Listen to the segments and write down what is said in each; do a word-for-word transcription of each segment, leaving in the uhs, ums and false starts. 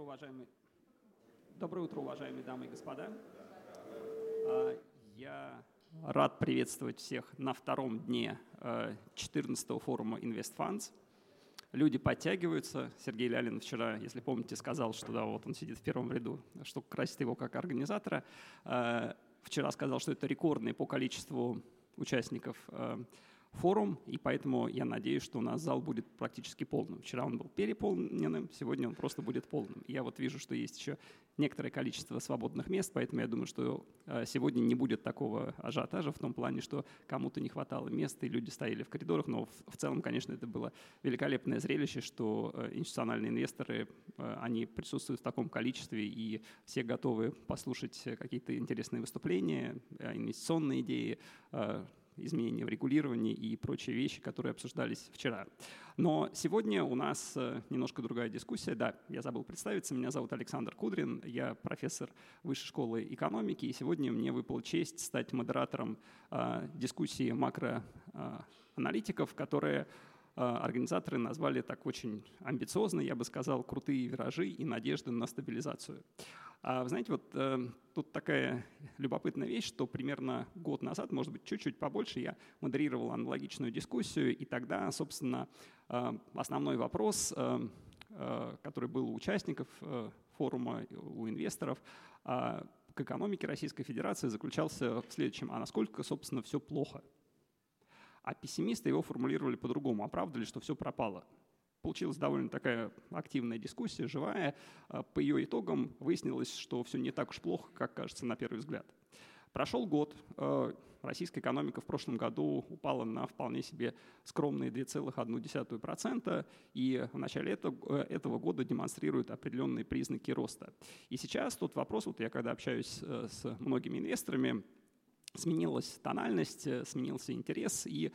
утро, уважаемые, доброе утро, уважаемые дамы и господа. Я рад приветствовать всех на втором дне четырнадцатого форума InvestFunds. Люди подтягиваются. Сергей Лялин вчера, если помните, сказал, что да, вот он сидит в первом ряду, что красит его как организатора. Вчера сказал, что это рекордный по количеству участников форум, и поэтому я надеюсь, что у нас зал будет практически полным. Вчера он был переполненным, сегодня он просто будет полным. Я вот вижу, что есть еще некоторое количество свободных мест, поэтому я думаю, что сегодня не будет такого ажиотажа в том плане, что кому-то не хватало места, и люди стояли в коридорах, но в целом, конечно, это было великолепное зрелище, что институциональные инвесторы, они присутствуют в таком количестве, и все готовы послушать какие-то интересные выступления, инвестиционные идеи, изменения в регулировании и прочие вещи, которые обсуждались вчера. Но сегодня у нас немножко другая дискуссия. Да, я забыл представиться. Меня зовут Александр Кудрин. Я профессор Высшей школы экономики. И сегодня мне выпала честь стать модератором э, дискуссии макроаналитиков, которые э, организаторы назвали так очень амбициозно, я бы сказал, крутые виражи и надежды на стабилизацию. А вы знаете, вот э, тут такая любопытная вещь, что примерно год назад, может быть, чуть-чуть побольше, я модерировал аналогичную дискуссию, и тогда, собственно, э, основной вопрос, э, э, который был у участников э, форума, у инвесторов, э, к экономике Российской Федерации заключался в следующем: а насколько, собственно, все плохо? А пессимисты его формулировали по-другому: а правда ли, что все пропало? Получилась довольно такая активная дискуссия, живая. По ее итогам выяснилось, что все не так уж плохо, как кажется на первый взгляд. Прошел год. Российская экономика в прошлом году упала на вполне себе скромные две целых одну десятую процента, и в начале этого, этого года демонстрирует определенные признаки роста. И сейчас тот вопрос, вот я когда общаюсь с многими инвесторами, сменилась тональность, сменился интерес, и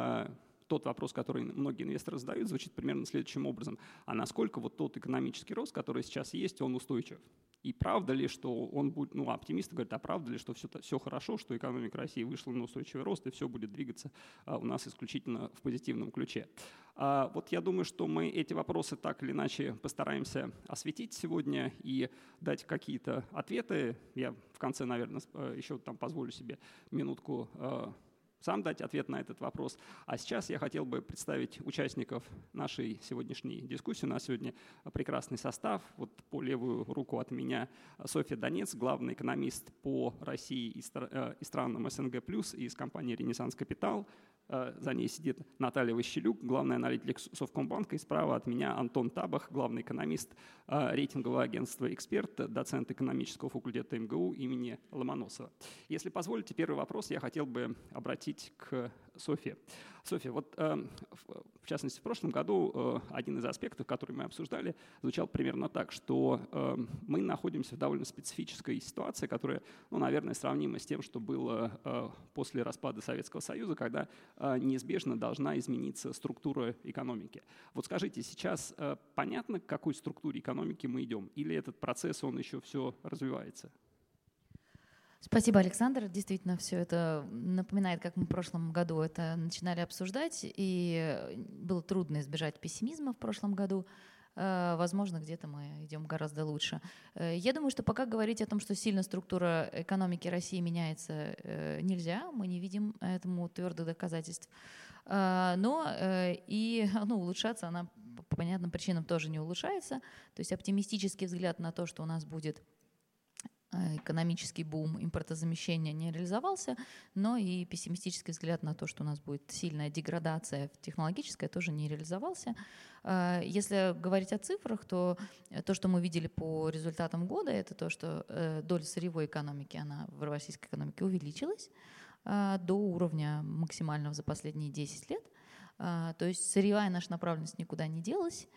тот вопрос, который многие инвесторы задают, звучит примерно следующим образом: а насколько вот тот экономический рост, который сейчас есть, он устойчив? И правда ли, что он будет, ну, оптимисты говорят, а правда ли, что все, все хорошо, что экономика России вышла на устойчивый рост, и все будет двигаться а, у нас исключительно в позитивном ключе? А, вот я думаю, что мы эти вопросы так или иначе постараемся осветить сегодня и дать какие-то ответы. Я в конце, наверное, еще там позволю себе минутку сам дать ответ на этот вопрос. А сейчас я хотел бы представить участников нашей сегодняшней дискуссии. У нас сегодня прекрасный состав. Вот по левую руку от меня Софья Донец, главный экономист по России и странам СНГ+, из компании «Ренессанс Капитал». За ней сидит Наталья Ващелюк, главный аналитик Совкомбанка. И справа от меня Антон Табах, главный экономист рейтингового агентства «Эксперт», доцент экономического факультета эм гэ у имени Ломоносова. Если позволите, первый вопрос я хотел бы обратить к Софье. Софья, вот в частности в прошлом году один из аспектов, который мы обсуждали, звучал примерно так, что мы находимся в довольно специфической ситуации, которая, ну, наверное, сравнима с тем, что было после распада Советского Союза, когда неизбежно должна измениться структура экономики. Вот скажите, сейчас понятно, к какой структуре экономики мы идем? Или этот процесс, он еще все развивается? Спасибо, Александр. Действительно, все это напоминает, как мы в прошлом году это начинали обсуждать, и было трудно избежать пессимизма в прошлом году. Возможно, где-то мы идем гораздо лучше. Я думаю, что пока говорить о том, что сильно структура экономики России меняется, нельзя. Мы не видим этому твердых доказательств. Но и ну, улучшаться она по понятным причинам тоже не улучшается. То есть оптимистический взгляд на то, что у нас будет экономический бум, импортозамещение, не реализовался, но и пессимистический взгляд на то, что у нас будет сильная деградация технологическая, тоже не реализовался. Если говорить о цифрах, то то, что мы видели по результатам года, это то, что доля сырьевой экономики, она в российской экономике увеличилась до уровня максимального за последние десять лет. То есть сырьевая наша направленность никуда не делась.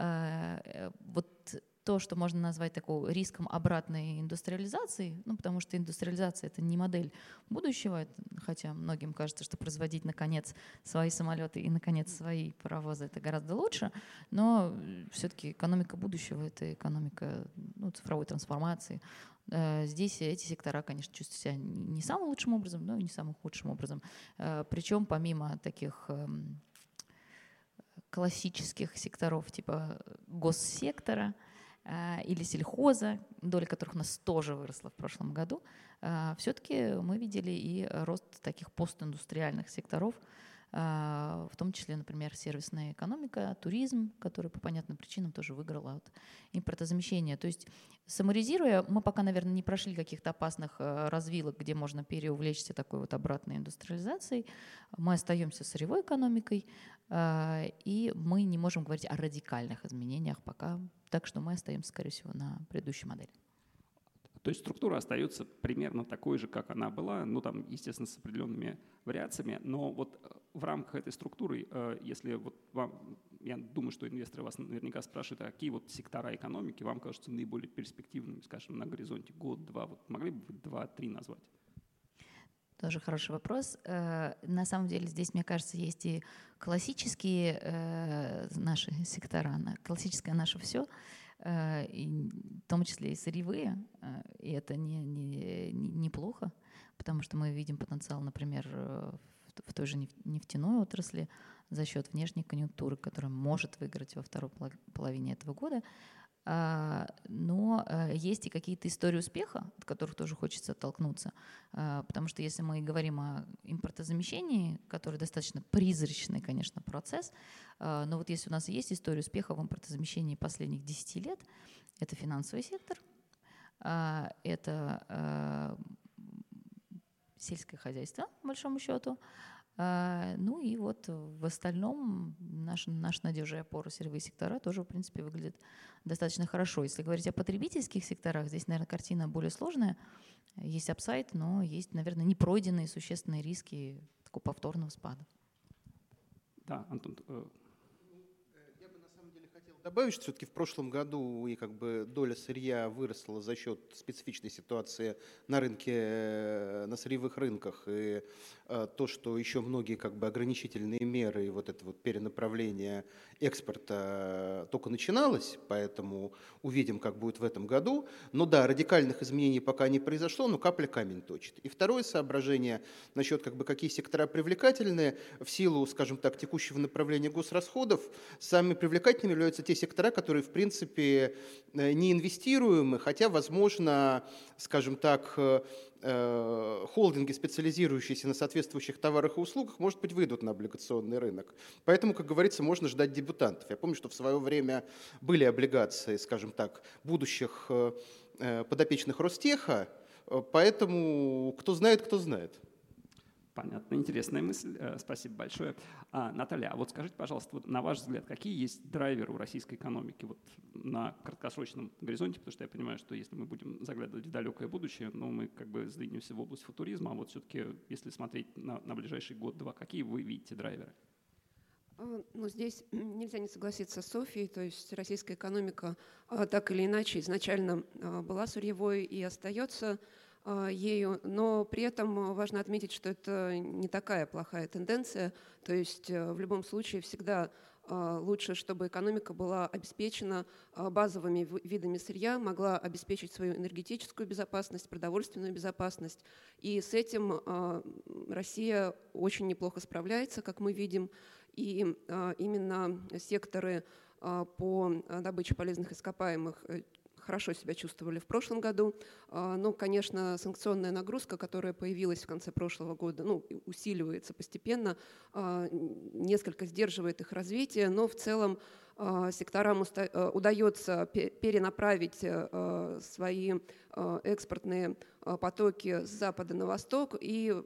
Вот то, что можно назвать такой риском обратной индустриализации, ну, потому что индустриализация — это не модель будущего, это, хотя многим кажется, что производить, наконец, свои самолеты и, наконец, свои паровозы — это гораздо лучше, но все-таки экономика будущего — это экономика, ну, цифровой трансформации. Здесь эти сектора, конечно, чувствуют себя не самым лучшим образом, но и не самым худшим образом. Причем помимо таких классических секторов типа госсектора, или сельхоза, доля которых у нас тоже выросла в прошлом году, все-таки мы видели и рост таких постиндустриальных секторов, в том числе, например, сервисная экономика, туризм, который по понятным причинам тоже выиграл от импортозамещения. То есть, саммаризируя, мы пока, наверное, не прошли каких-то опасных развилок, где можно переувлечься такой вот обратной индустриализацией. Мы остаемся сырьевой экономикой, и мы не можем говорить о радикальных изменениях пока, так что мы остаемся, скорее всего, на предыдущей модели. То есть структура остается примерно такой же, как она была, ну там, естественно, с определенными вариациями, но вот в рамках этой структуры, если вот вам, я думаю, что инвесторы вас наверняка спрашивают, а какие вот сектора экономики вам кажутся наиболее перспективными, скажем, на горизонте год-два, вот могли бы вы два-три назвать? Тоже хороший вопрос. На самом деле здесь, мне кажется, есть и классические наши сектора, классическое наше все, и в том числе и сырьевые, и это не, не, не, неплохо, потому что мы видим потенциал, например, в, в той же нефтяной отрасли за счет внешней конъюнктуры, которая может выиграть во второй половине этого года. Но есть и какие-то истории успеха, от которых тоже хочется оттолкнуться, потому что если мы говорим о импортозамещении, который достаточно призрачный, конечно, процесс, но вот если у нас есть история успеха в импортозамещении последних десяти лет, это финансовый сектор, это сельское хозяйство, по большому счету. Ну и вот в остальном наш, наш надежа и опора сырьевые сектора тоже, в принципе, выглядит достаточно хорошо. Если говорить о потребительских секторах, здесь, наверное, картина более сложная. Есть апсайд, но есть, наверное, непройденные существенные риски такого повторного спада. Да, Антон. Добавить, что все-таки в прошлом году и как бы доля сырья выросла за счет специфичной ситуации на рынке, на сырьевых рынках, и э, то, что еще многие как бы ограничительные меры и вот это вот перенаправление экспорта только начиналось, поэтому увидим, как будет в этом году. Но да, радикальных изменений пока не произошло, но капля камень точит. И второе соображение насчет как бы какие сектора привлекательные в силу, скажем так, текущего направления госрасходов, самыми привлекательными являются те сектора, которые, в принципе, не инвестируемы, хотя, возможно, скажем так, холдинги, специализирующиеся на соответствующих товарах и услугах, может быть, выйдут на облигационный рынок. Поэтому, как говорится, можно ждать дебютантов. Я помню, что в свое время были облигации, скажем так, будущих подопечных Ростеха, поэтому кто знает, кто знает. Понятно, интересная мысль. Спасибо большое. А, Наталья, а вот скажите, пожалуйста, вот на ваш взгляд, какие есть драйверы у российской экономики вот на краткосрочном горизонте? Потому что я понимаю, что если мы будем заглядывать в далекое будущее, ну, мы как бы сдвинемся в область футуризма, а вот все-таки, если смотреть на, на ближайший год-два, какие вы видите драйверы? Ну, здесь нельзя не согласиться с Софьей, то есть российская экономика так или иначе изначально была сырьевой и остается ею, но при этом важно отметить, что это не такая плохая тенденция, то есть в любом случае всегда лучше, чтобы экономика была обеспечена базовыми видами сырья, могла обеспечить свою энергетическую безопасность, продовольственную безопасность, и с этим Россия очень неплохо справляется, как мы видим, и именно секторы по добыче полезных ископаемых хорошо себя чувствовали в прошлом году. Но, конечно, санкционная нагрузка, которая появилась в конце прошлого года, ну, усиливается постепенно, несколько сдерживает их развитие, но в целом секторам удается перенаправить свои экспортные потоки с запада на восток, и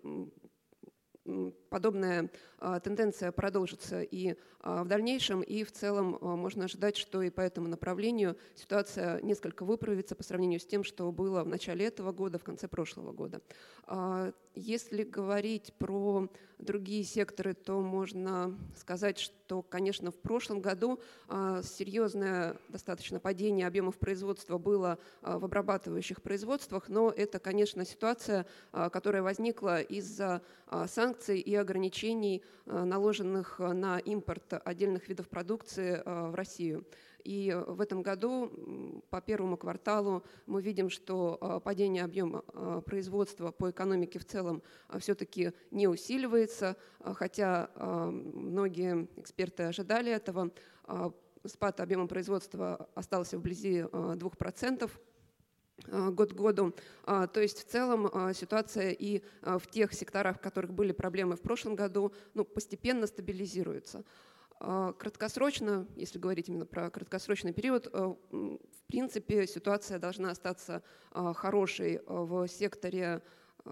подобная а, тенденция продолжится и а, в дальнейшем, и в целом а, можно ожидать, что и по этому направлению ситуация несколько выправится по сравнению с тем, что было в начале этого года, в конце прошлого года. А, если говорить про другие секторы, то можно сказать, что, конечно, в прошлом году а, серьезное достаточно падение объемов производства было а, в обрабатывающих производствах, но это, конечно, ситуация, а, которая возникла из-за а, санкций и ограничений, наложенных на импорт отдельных видов продукции в Россию. И в этом году по первому кварталу мы видим, что падение объема производства по экономике в целом все-таки не усиливается, хотя многие эксперты ожидали этого. спад объема производства остался вблизи двух процентов год к году. То есть в целом ситуация и в тех секторах, в которых были проблемы в прошлом году, ну, постепенно стабилизируется. Краткосрочно, если говорить именно про краткосрочный период, в принципе ситуация должна остаться хорошей в секторе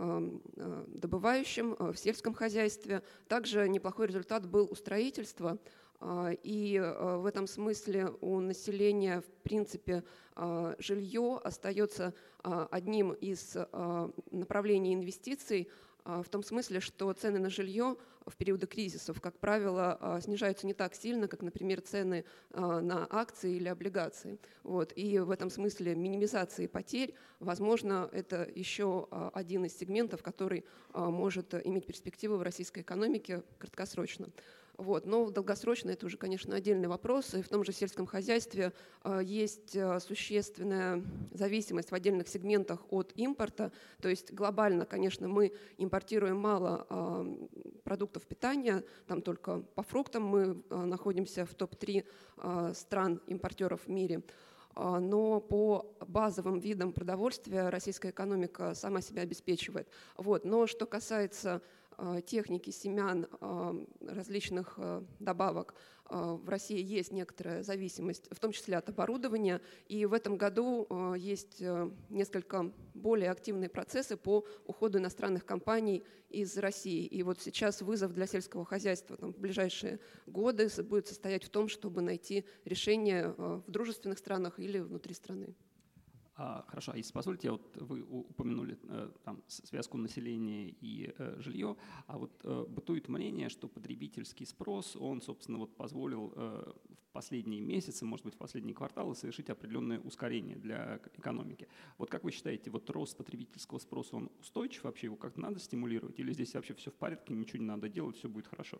добывающем, в сельском хозяйстве. Также неплохой результат был у строительства. И в этом смысле у населения, в принципе, жилье остается одним из направлений инвестиций, в том смысле, что цены на жилье в периоды кризисов, как правило, снижаются не так сильно, как, например, цены на акции или облигации. Вот. И в этом смысле минимизации потерь, возможно, это еще один из сегментов, который может иметь перспективы в российской экономике краткосрочно. Вот. Но долгосрочно это уже, конечно, отдельный вопрос. И в том же сельском хозяйстве э, есть э, существенная зависимость в отдельных сегментах от импорта. То есть глобально, конечно, мы импортируем мало э, продуктов питания, там только по фруктам мы э, находимся в топ три э, стран импортеров в мире. Но по базовым видам продовольствия российская экономика сама себя обеспечивает. Вот. Но что касается техники, семян, различных добавок, в России есть некоторая зависимость, в том числе от оборудования. И в этом году есть несколько более активные процессы по уходу иностранных компаний из России. И вот сейчас вызов для сельского хозяйства там, в ближайшие годы будет состоять в том, чтобы найти решение в дружественных странах или внутри страны. А, хорошо, а если позволите, вот вы упомянули э, там, связку населения и э, жилье, а вот э, бытует мнение, что потребительский спрос, он, собственно, вот позволил э, в последние месяцы, может быть, в последние кварталы совершить определенное ускорение для экономики. Вот как вы считаете, вот рост потребительского спроса, он устойчив вообще, его как-то надо стимулировать, или здесь вообще все в порядке, ничего не надо делать, все будет хорошо?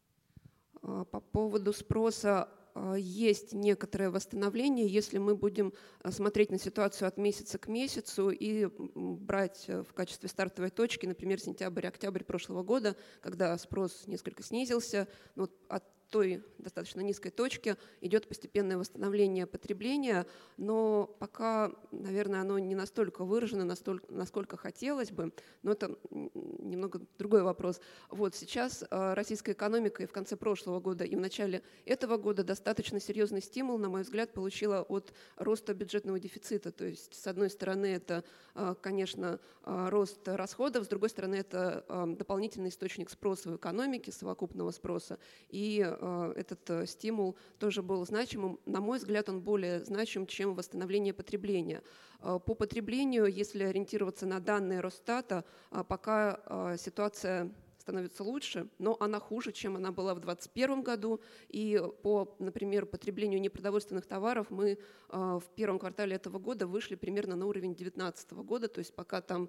По поводу спроса есть некоторое восстановление, если мы будем смотреть на ситуацию от месяца к месяцу и брать в качестве стартовой точки, например, сентябрь-октябрь прошлого года, когда спрос несколько снизился, но от той достаточно низкой точки идет постепенное восстановление потребления, но пока, наверное, оно не настолько выражено, настолько, насколько хотелось бы, но это немного другой вопрос. Вот сейчас российская экономика и в конце прошлого года, и в начале этого года достаточно серьезный стимул, на мой взгляд, получила от роста бюджетного дефицита. То есть, с одной стороны, это, конечно, рост расходов, с другой стороны, это дополнительный источник спроса в экономике, совокупного спроса, и этот стимул тоже был значимым. На мой взгляд, он более значим, чем восстановление потребления. По потреблению, если ориентироваться на данные Росстата, пока ситуация становится лучше, но она хуже, чем она была в двадцать первом году. И по, например, потреблению непродовольственных товаров мы в первом квартале этого года вышли примерно на уровень две тысячи девятнадцатого года, то есть пока там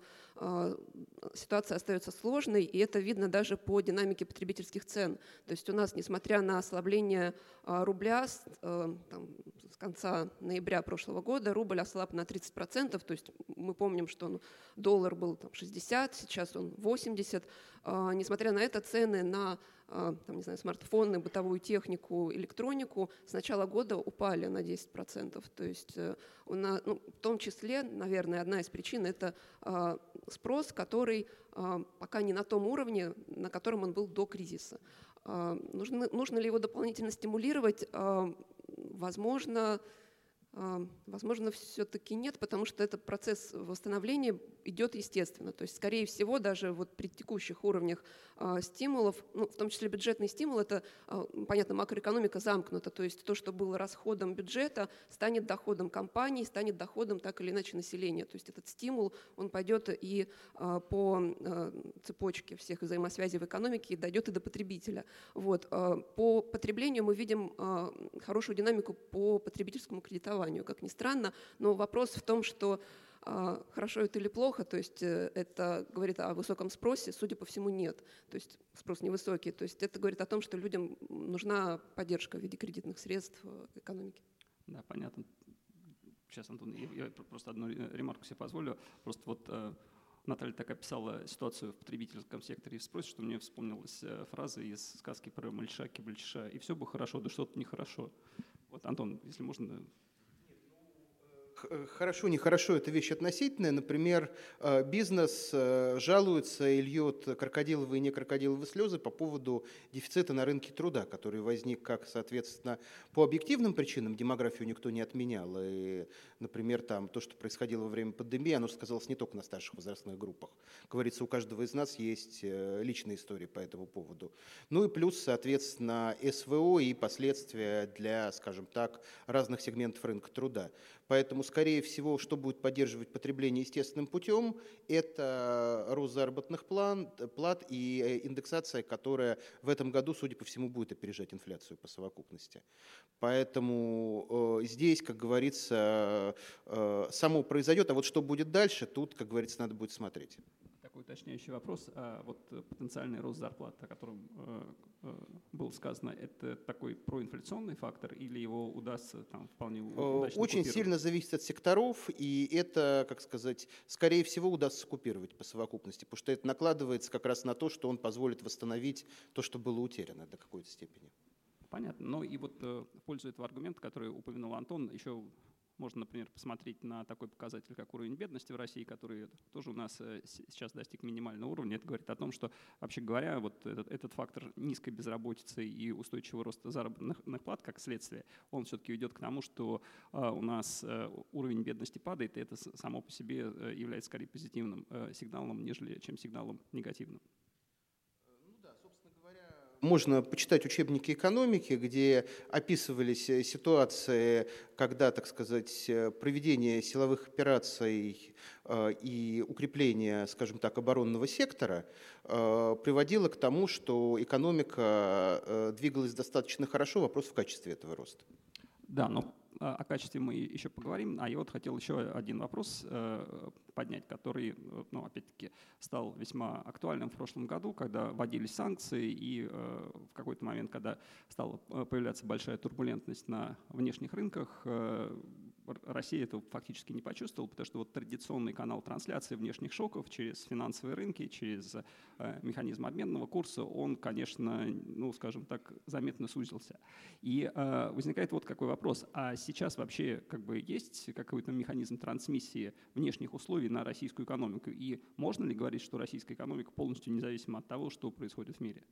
ситуация остается сложной, и это видно даже по динамике потребительских цен. То есть у нас, несмотря на ослабление рубля с, там, с конца ноября прошлого года, рубль ослаб на тридцать процентов, то есть мы помним, что он, доллар был там, шестьдесят, сейчас он восемьдесят. Несмотря на это, цены на там, не знаю, смартфоны, бытовую технику, электронику с начала года упали на десять процентов. То есть у нас, ну, в том числе, наверное, одна из причин – это а, спрос, который а, пока не на том уровне, на котором он был до кризиса. А, нужно, нужно ли его дополнительно стимулировать? А, возможно, Возможно, все-таки нет, потому что этот процесс восстановления идет естественно. То есть, скорее всего, даже вот при текущих уровнях э, стимулов, ну, в том числе бюджетный стимул, это, э, понятно, макроэкономика замкнута. То есть то, что было расходом бюджета, станет доходом компаний, станет доходом так или иначе населения. То есть этот стимул, он пойдет и э, по э, цепочке всех взаимосвязей в экономике и дойдет и до потребителя. Вот. Э, по потреблению мы видим э, хорошую динамику по потребительскому кредитованию. Как ни странно, но вопрос в том, что э, хорошо это или плохо, то есть э, это говорит о высоком спросе, судя по всему, нет. То есть спрос невысокий. То есть это говорит о том, что людям нужна поддержка в виде кредитных средств экономики. Да, понятно. Сейчас, Антон, я, я просто одну ремарку себе позволю. Просто вот э, Наталья так описала ситуацию в потребительском секторе в спросе, что мне вспомнилась э, фраза из сказки про мальчика-кибальчиша «И все бы хорошо, да что-то нехорошо». Вот. Вот, Антон, если можно... Хорошо, нехорошо, это вещь относительная. Например, бизнес жалуется и льет крокодиловые и не крокодиловые слезы по поводу дефицита на рынке труда, который возник как, соответственно, по объективным причинам, демографию никто не отменял. И, например, там, то, что происходило во время пандемии, оно же сказалось не только на старших возрастных группах. Говорится, у каждого из нас есть личная история по этому поводу. Ну и плюс, соответственно, СВО и последствия для, скажем так, разных сегментов рынка труда. Поэтому, скорее всего, что будет поддерживать потребление естественным путем, это рост заработных плат и индексация, которая в этом году, судя по всему, будет опережать инфляцию по совокупности. Поэтому э, здесь, как говорится, э, само произойдет, а вот что будет дальше, тут, как говорится, надо будет смотреть. Такой уточняющий вопрос. А вот потенциальный рост зарплат, о котором э, э, было сказано, это такой проинфляционный фактор или его удастся там вполне удачно Очень купировать? сильно зависит от секторов, и это, как сказать, скорее всего удастся купировать по совокупности, потому что это накладывается как раз на то, что он позволит восстановить то, что было утеряно до какой-то степени. Понятно. Ну и вот э, в пользу этого аргумента, который упомянул Антон, еще можно, например, посмотреть на такой показатель, как уровень бедности в России, который тоже у нас сейчас достиг минимального уровня. Это говорит о том, что, вообще говоря, вот этот, этот фактор низкой безработицы и устойчивого роста заработных плат как следствие, он все-таки ведет к тому, что э, у нас э, уровень бедности падает, и это само по себе является скорее позитивным э, сигналом, нежели чем сигналом негативным. Можно почитать учебники экономики, где описывались ситуации, когда, так сказать, проведение силовых операций и укрепление, скажем так, оборонного сектора приводило к тому, что экономика двигалась достаточно хорошо. Вопрос в качестве этого роста. Да, но о качестве мы еще поговорим. А я вот хотел еще один вопрос поднять, который, ну, опять-таки, стал весьма актуальным в прошлом году, когда вводились санкции, и в какой-то момент, когда стала появляться большая турбулентность на внешних рынках, Россия этого фактически не почувствовала, потому что вот традиционный канал трансляции внешних шоков через финансовые рынки, через э, механизм обменного курса, он, конечно, ну, скажем так, заметно сузился. И э, возникает вот какой вопрос. А сейчас вообще как бы есть какой-то механизм трансмиссии внешних условий на российскую экономику? И можно ли говорить, что российская экономика полностью независима от того, что происходит в мире?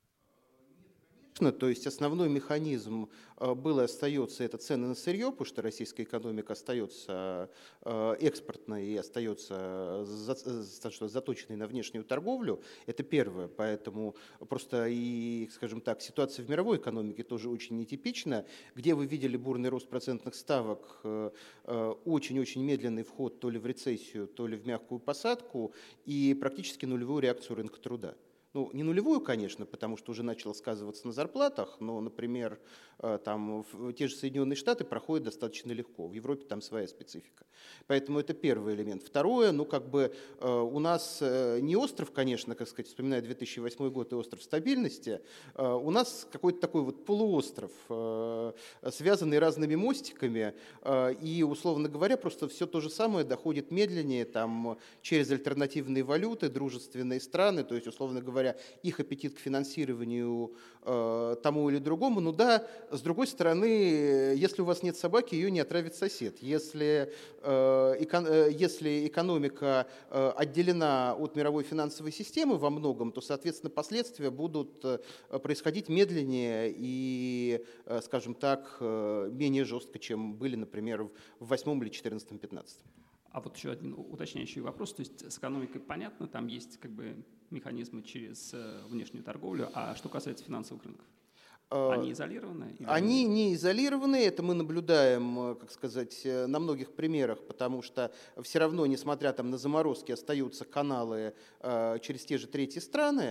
То есть основной механизм был и остается это цены на сырье, потому что российская экономика остается экспортной и остается заточенной на внешнюю торговлю. Это первое. Поэтому просто и, скажем так, ситуация в мировой экономике тоже очень нетипична. Где вы видели бурный рост процентных ставок, очень-очень медленный вход то ли в рецессию, то ли в мягкую посадку и практически нулевую реакцию рынка труда. Ну, не нулевую, конечно, потому что уже начало сказываться на зарплатах, но, например, там, в те же Соединенные Штаты проходят достаточно легко, в Европе там своя специфика. Поэтому это первый элемент. Второе, ну, как бы у нас не остров, конечно, как сказать, вспоминая две тысячи восьмой год и остров стабильности, у нас какой-то такой вот полуостров, связанный разными мостиками, и, условно говоря, просто все то же самое доходит медленнее, там, через альтернативные валюты, дружественные страны, то есть, условно говоря, их аппетит к финансированию э, тому или другому. Ну да, с другой стороны, если у вас нет собаки, ее не отравит сосед. Если, э, эко, если экономика э, отделена от мировой финансовой системы во многом, то, соответственно, последствия будут происходить медленнее и, э, скажем так, э, менее жестко, чем были, например, в восьмом или четырнадцатом-пятнадцатом. А вот еще один уточняющий вопрос. То есть с экономикой понятно, там есть как бы механизмы через внешнюю торговлю, а что касается финансовых рынков? Они изолированы? Они не изолированы, это мы наблюдаем, как сказать, на многих примерах, потому что все равно, несмотря там на заморозки, остаются каналы через те же третьи страны,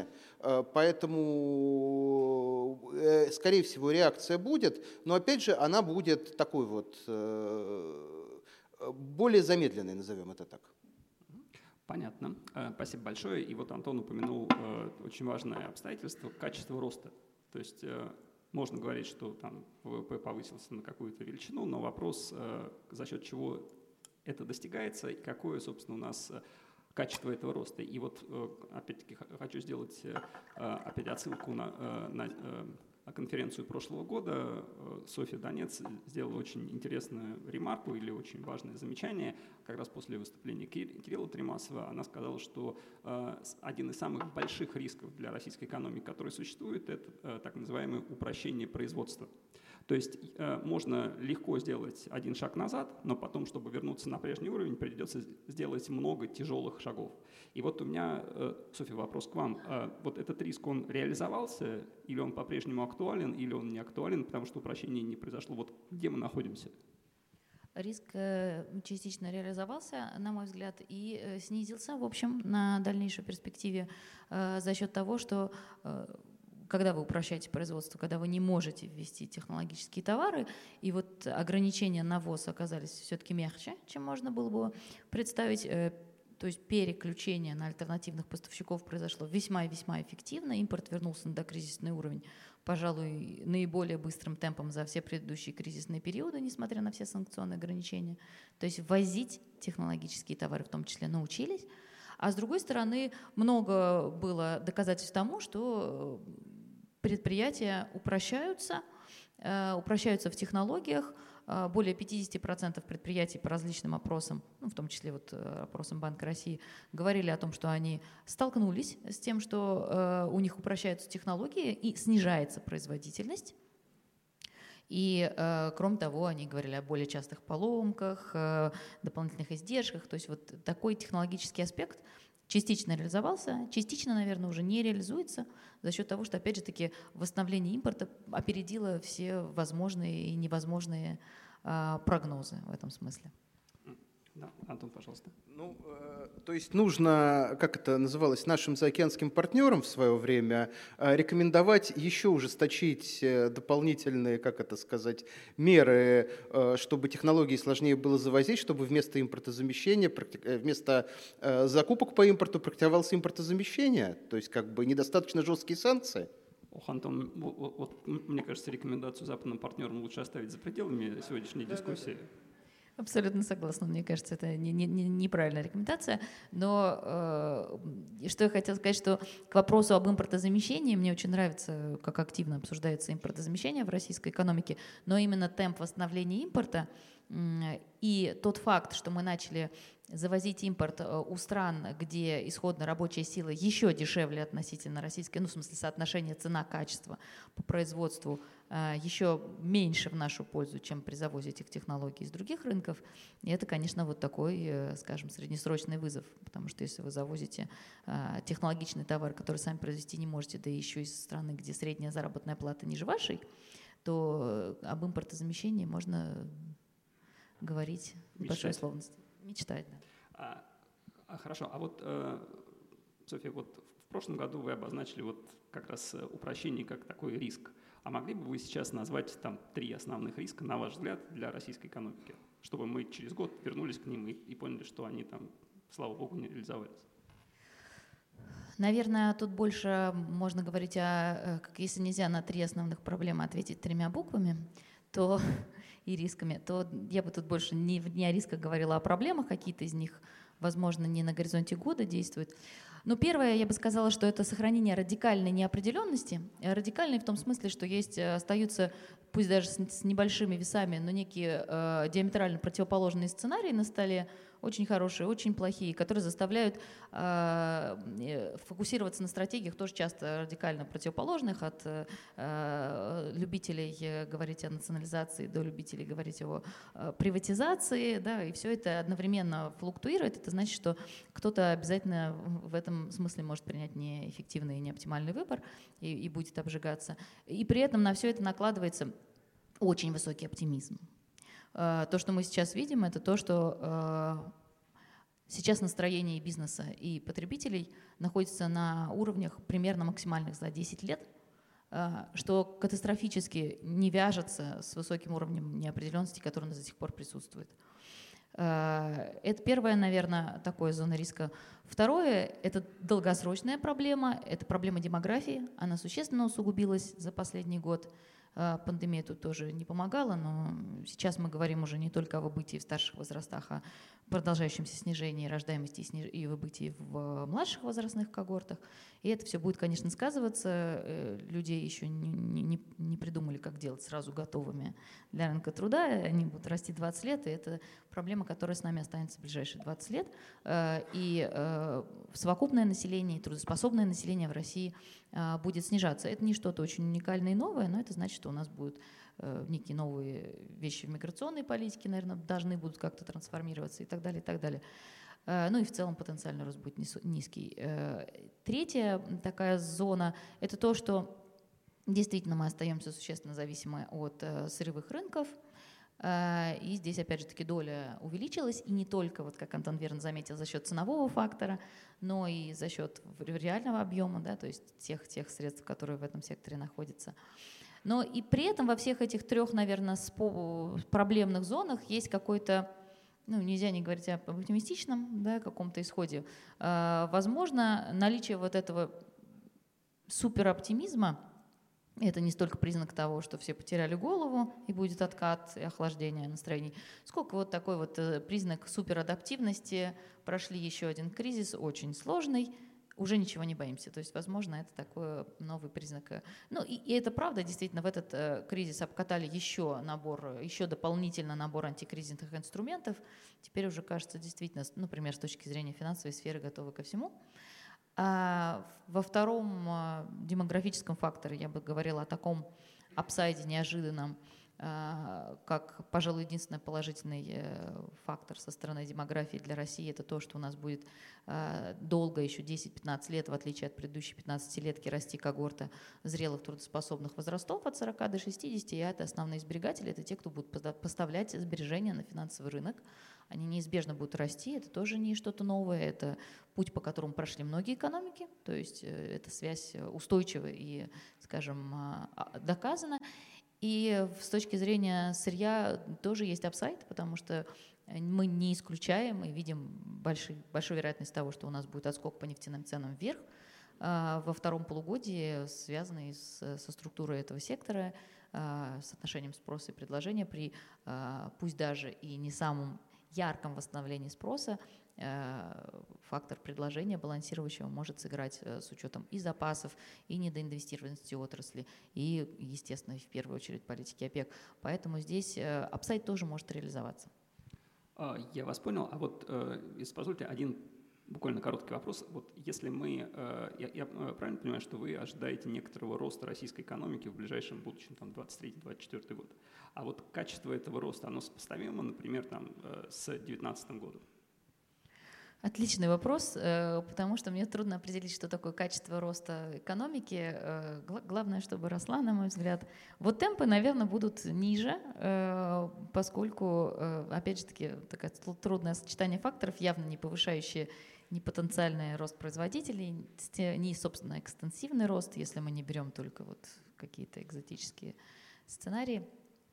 поэтому, скорее всего, реакция будет, но, опять же, она будет такой вот более замедленной, назовем это так. Понятно. Спасибо большое. И вот Антон упомянул очень важное обстоятельство – качество роста. То есть можно говорить, что там ВВП повысился на какую-то величину, но вопрос, за счет чего это достигается и какое, собственно, у нас качество этого роста. И вот опять-таки хочу сделать опять отсылку на, на конференцию прошлого года, Софья Донец сделала очень интересную ремарку или очень важное замечание. Как раз после выступления Кирилла Тремасова она сказала, что один из самых больших рисков для российской экономики, который существует, это так называемое упрощение производства. То есть э, можно легко сделать один шаг назад, но потом, чтобы вернуться на прежний уровень, придется сделать много тяжелых шагов. И вот у меня, э, Софья, вопрос к вам. Э, вот этот риск, он реализовался, или он по-прежнему актуален, или он не актуален, потому что упрощение не произошло? Вот где мы находимся? Риск частично реализовался, на мой взгляд, и снизился, в общем, на дальнейшей перспективе э, за счет того, что э, когда вы упрощаете производство, когда вы не можете ввести технологические товары, и вот ограничения на ввоз оказались все-таки мягче, чем можно было бы представить, то есть переключение на альтернативных поставщиков произошло весьма и весьма эффективно, импорт вернулся на докризисный уровень, пожалуй, наиболее быстрым темпом за все предыдущие кризисные периоды, несмотря на все санкционные ограничения. То есть ввозить технологические товары в том числе научились. А с другой стороны, много было доказательств тому, что предприятия упрощаются, упрощаются в технологиях. Более пятьдесят процентов предприятий по различным опросам, ну, в том числе вот опросам Банка России, говорили о том, что они столкнулись с тем, что у них упрощаются технологии и снижается производительность. И, э, кроме того, они говорили о более частых поломках, э, дополнительных издержках. То есть вот такой технологический аспект частично реализовался, частично, наверное, уже не реализуется за счет того, что, опять же таки, восстановление импорта опередило все возможные и невозможные э, прогнозы в этом смысле. Да, Антон, пожалуйста. Ну, э, то есть нужно, как это называлось, нашим заокеанским партнерам в свое время э, рекомендовать еще ужесточить э, дополнительные, как это сказать, меры, э, чтобы технологии сложнее было завозить, чтобы вместо импортозамещения, практи- вместо э, закупок по импорту практиковалось импортозамещение, то есть как бы недостаточно жесткие санкции. Ох, Антон, вот, вот, мне кажется, рекомендацию западным партнерам лучше оставить за пределами сегодняшней дискуссии. Абсолютно согласна. Мне кажется, это не, не, не, неправильная рекомендация. Но э, что я хотела сказать, что к вопросу об импортозамещении, мне очень нравится, как активно обсуждается импортозамещение в российской экономике, но именно темп восстановления импорта э, и тот факт, что мы начали завозить импорт у стран, где исходно рабочая сила еще дешевле относительно российской, ну, в смысле соотношение цена-качество по производству еще меньше в нашу пользу, чем при завозе этих технологий из других рынков. И это, конечно, вот такой, скажем, среднесрочный вызов, потому что если вы завозите технологичный товар, который сами произвести не можете, да еще из страны, где средняя заработная плата ниже вашей, то об импортозамещении можно говорить с большой условностью. Мечтать, да. А, а, хорошо, а вот, э, Софья, вот в прошлом году вы обозначили вот как раз упрощение как такой риск. А могли бы вы сейчас назвать там три основных риска, на ваш взгляд, для российской экономики, чтобы мы через год вернулись к ним и, и поняли, что они там, слава богу, не реализовались? Наверное, тут больше можно говорить о, как если нельзя на три основных проблемы ответить тремя буквами, то и рисками, то я бы тут больше не, не о рисках говорила, а о проблемах. Какие-то из них, возможно, не на горизонте года действуют. Но первое, я бы сказала, что это сохранение радикальной неопределенности. Радикальной в том смысле, что есть, остаются, пусть даже с, с небольшими весами, но некие э, диаметрально противоположные сценарии на столе, очень хорошие, очень плохие, которые заставляют э, фокусироваться на стратегиях, тоже часто радикально противоположных, от э, любителей говорить о национализации до любителей говорить о э, приватизации, да, и все это одновременно флуктуирует. Это значит, что кто-то обязательно в этом смысле может принять неэффективный и неоптимальный выбор и, и будет обжигаться. И при этом на все это накладывается очень высокий оптимизм. То, что мы сейчас видим, это то, что сейчас настроение бизнеса и потребителей находится на уровнях примерно максимальных за десять лет, что катастрофически не вяжется с высоким уровнем неопределенности, который у нас до сих пор присутствует. Это первое, наверное, такое зона риска. Второе – это долгосрочная проблема, это проблема демографии. Она существенно усугубилась за последний год. Пандемия тут тоже не помогала, но сейчас мы говорим уже не только о выбытии в старших возрастах, а продолжающемся снижении рождаемости и выбытии в младших возрастных когортах. И это все будет, конечно, сказываться. Людей еще не, не, не придумали, как делать сразу готовыми для рынка труда. Они будут расти двадцать лет, и это проблема, которая с нами останется в ближайшие двадцать лет. И совокупное население, и трудоспособное население в России будет снижаться. Это не что-то очень уникальное и новое, но это значит, что у нас будут некие новые вещи в миграционной политике, наверное, должны будут как-то трансформироваться и так далее, и так далее. Ну и в целом потенциальный рост будет низкий. Третья такая зона – это то, что действительно мы остаемся существенно зависимы от сырьевых рынков. И здесь, опять же таки, доля увеличилась, и не только, вот как Антон верно заметил, за счет ценового фактора, но и за счет реального объема, да, то есть тех, тех средств, которые в этом секторе находятся. Но и при этом во всех этих трех, наверное, проблемных зонах есть какой-то, ну, нельзя не говорить об оптимистичном, да, каком-то исходе. Возможно, наличие вот этого супероптимизма — это не столько признак того, что все потеряли голову и будет откат и охлаждение настроений, сколько вот такой вот признак суперадаптивности. Прошли еще один кризис, очень сложный, уже ничего не боимся. То есть, возможно, это такой новый признак. Ну, и, и это правда, действительно, в этот э, кризис обкатали еще набор, еще дополнительно набор антикризисных инструментов. Теперь уже кажется, действительно, например, с точки зрения финансовой сферы готовы ко всему. А во втором а, демографическом факторе я бы говорила о таком апсайде неожиданном, как, пожалуй, единственный положительный фактор со стороны демографии для России — это то, что у нас будет долго, еще десять-пятнадцать лет, в отличие от предыдущей пятнадцатилетки, расти когорта зрелых трудоспособных возрастов от сорока до шестидесяти, и это основные сберегатели, это те, кто будут поставлять сбережения на финансовый рынок. Они неизбежно будут расти, это тоже не что-то новое, это путь, по которому прошли многие экономики, то есть эта связь устойчива и, скажем, доказана. И с точки зрения сырья тоже есть апсайд, потому что мы не исключаем и видим большой, большую вероятность того, что у нас будет отскок по нефтяным ценам вверх во втором полугодии, связанный с, со структурой этого сектора, с отношением спроса и предложения при, пусть даже и не самом ярком восстановлении спроса, фактор предложения балансирующего может сыграть с учетом и запасов, и недоинвестированности отрасли, и, естественно, в первую очередь политики ОПЕК. Поэтому здесь апсайд тоже может реализоваться. Я вас понял. А вот, если позволите, один буквально короткий вопрос. Вот если мы, я, я правильно понимаю, что вы ожидаете некоторого роста российской экономики в ближайшем будущем, там, двадцать третий — двадцать четвёртый год. А вот качество этого роста, оно сопоставимо, например, там, с две тысячи девятнадцатым годом? Отличный вопрос, потому что мне трудно определить, что такое качество роста экономики. Главное, чтобы росла, на мой взгляд. Вот темпы, наверное, будут ниже, поскольку, опять же таки, такое трудное сочетание факторов, явно не повышающие ни потенциальный рост производителей, ни, собственно, экстенсивный рост, если мы не берем только вот какие-то экзотические сценарии.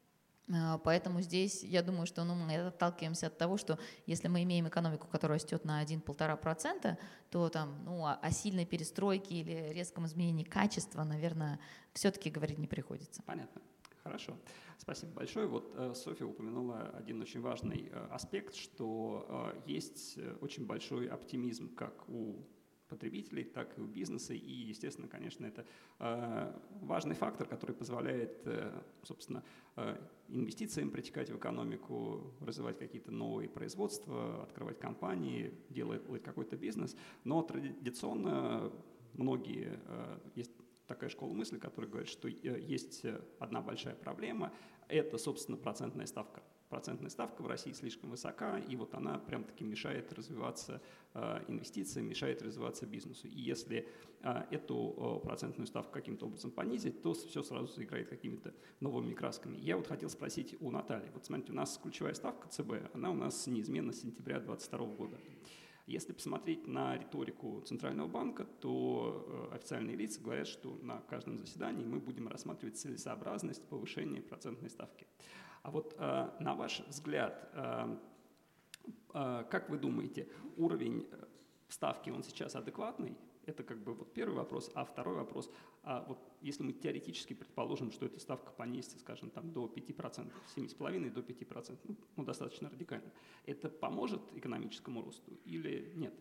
Поэтому здесь, я думаю, что ну, мы отталкиваемся от того, что если мы имеем экономику, которая растет на один-полтора процента, то там, ну, о сильной перестройке или резком изменении качества, наверное, все-таки говорить не приходится. Понятно. Хорошо. Спасибо большое. Вот Софья упомянула один очень важный аспект, что есть очень большой оптимизм как у потребителей, так и у бизнеса. И, естественно, конечно, это э, важный фактор, который позволяет, э, собственно, э, инвестициям протекать в экономику, развивать какие-то новые производства, открывать компании, делать какой-то бизнес. Но традиционно многие, э, есть такая школа мысли, которая говорит, что есть одна большая проблема – это, собственно, процентная ставка. Процентная ставка в России слишком высока, и вот она прям таки мешает развиваться э, инвестициям, мешает развиваться бизнесу. И если э, эту э, процентную ставку каким-то образом понизить, то все сразу заиграет какими-то новыми красками. Я вот хотел спросить у Натальи. Вот смотрите, у нас ключевая ставка ЦБ, она у нас неизменно с сентября две тысячи двадцать второго года. Если посмотреть на риторику Центрального банка, то э, официальные лица говорят, что на каждом заседании мы будем рассматривать целесообразность повышения процентной ставки. А вот э, на ваш взгляд, э, э, как вы думаете, уровень ставки, он сейчас адекватный? Это как бы вот первый вопрос. А второй вопрос, а вот если мы теоретически предположим, что эта ставка понизится, скажем, там, до пяти процентов, с семи с половиной до пяти процентов, ну, ну, достаточно радикально, это поможет экономическому росту или нет?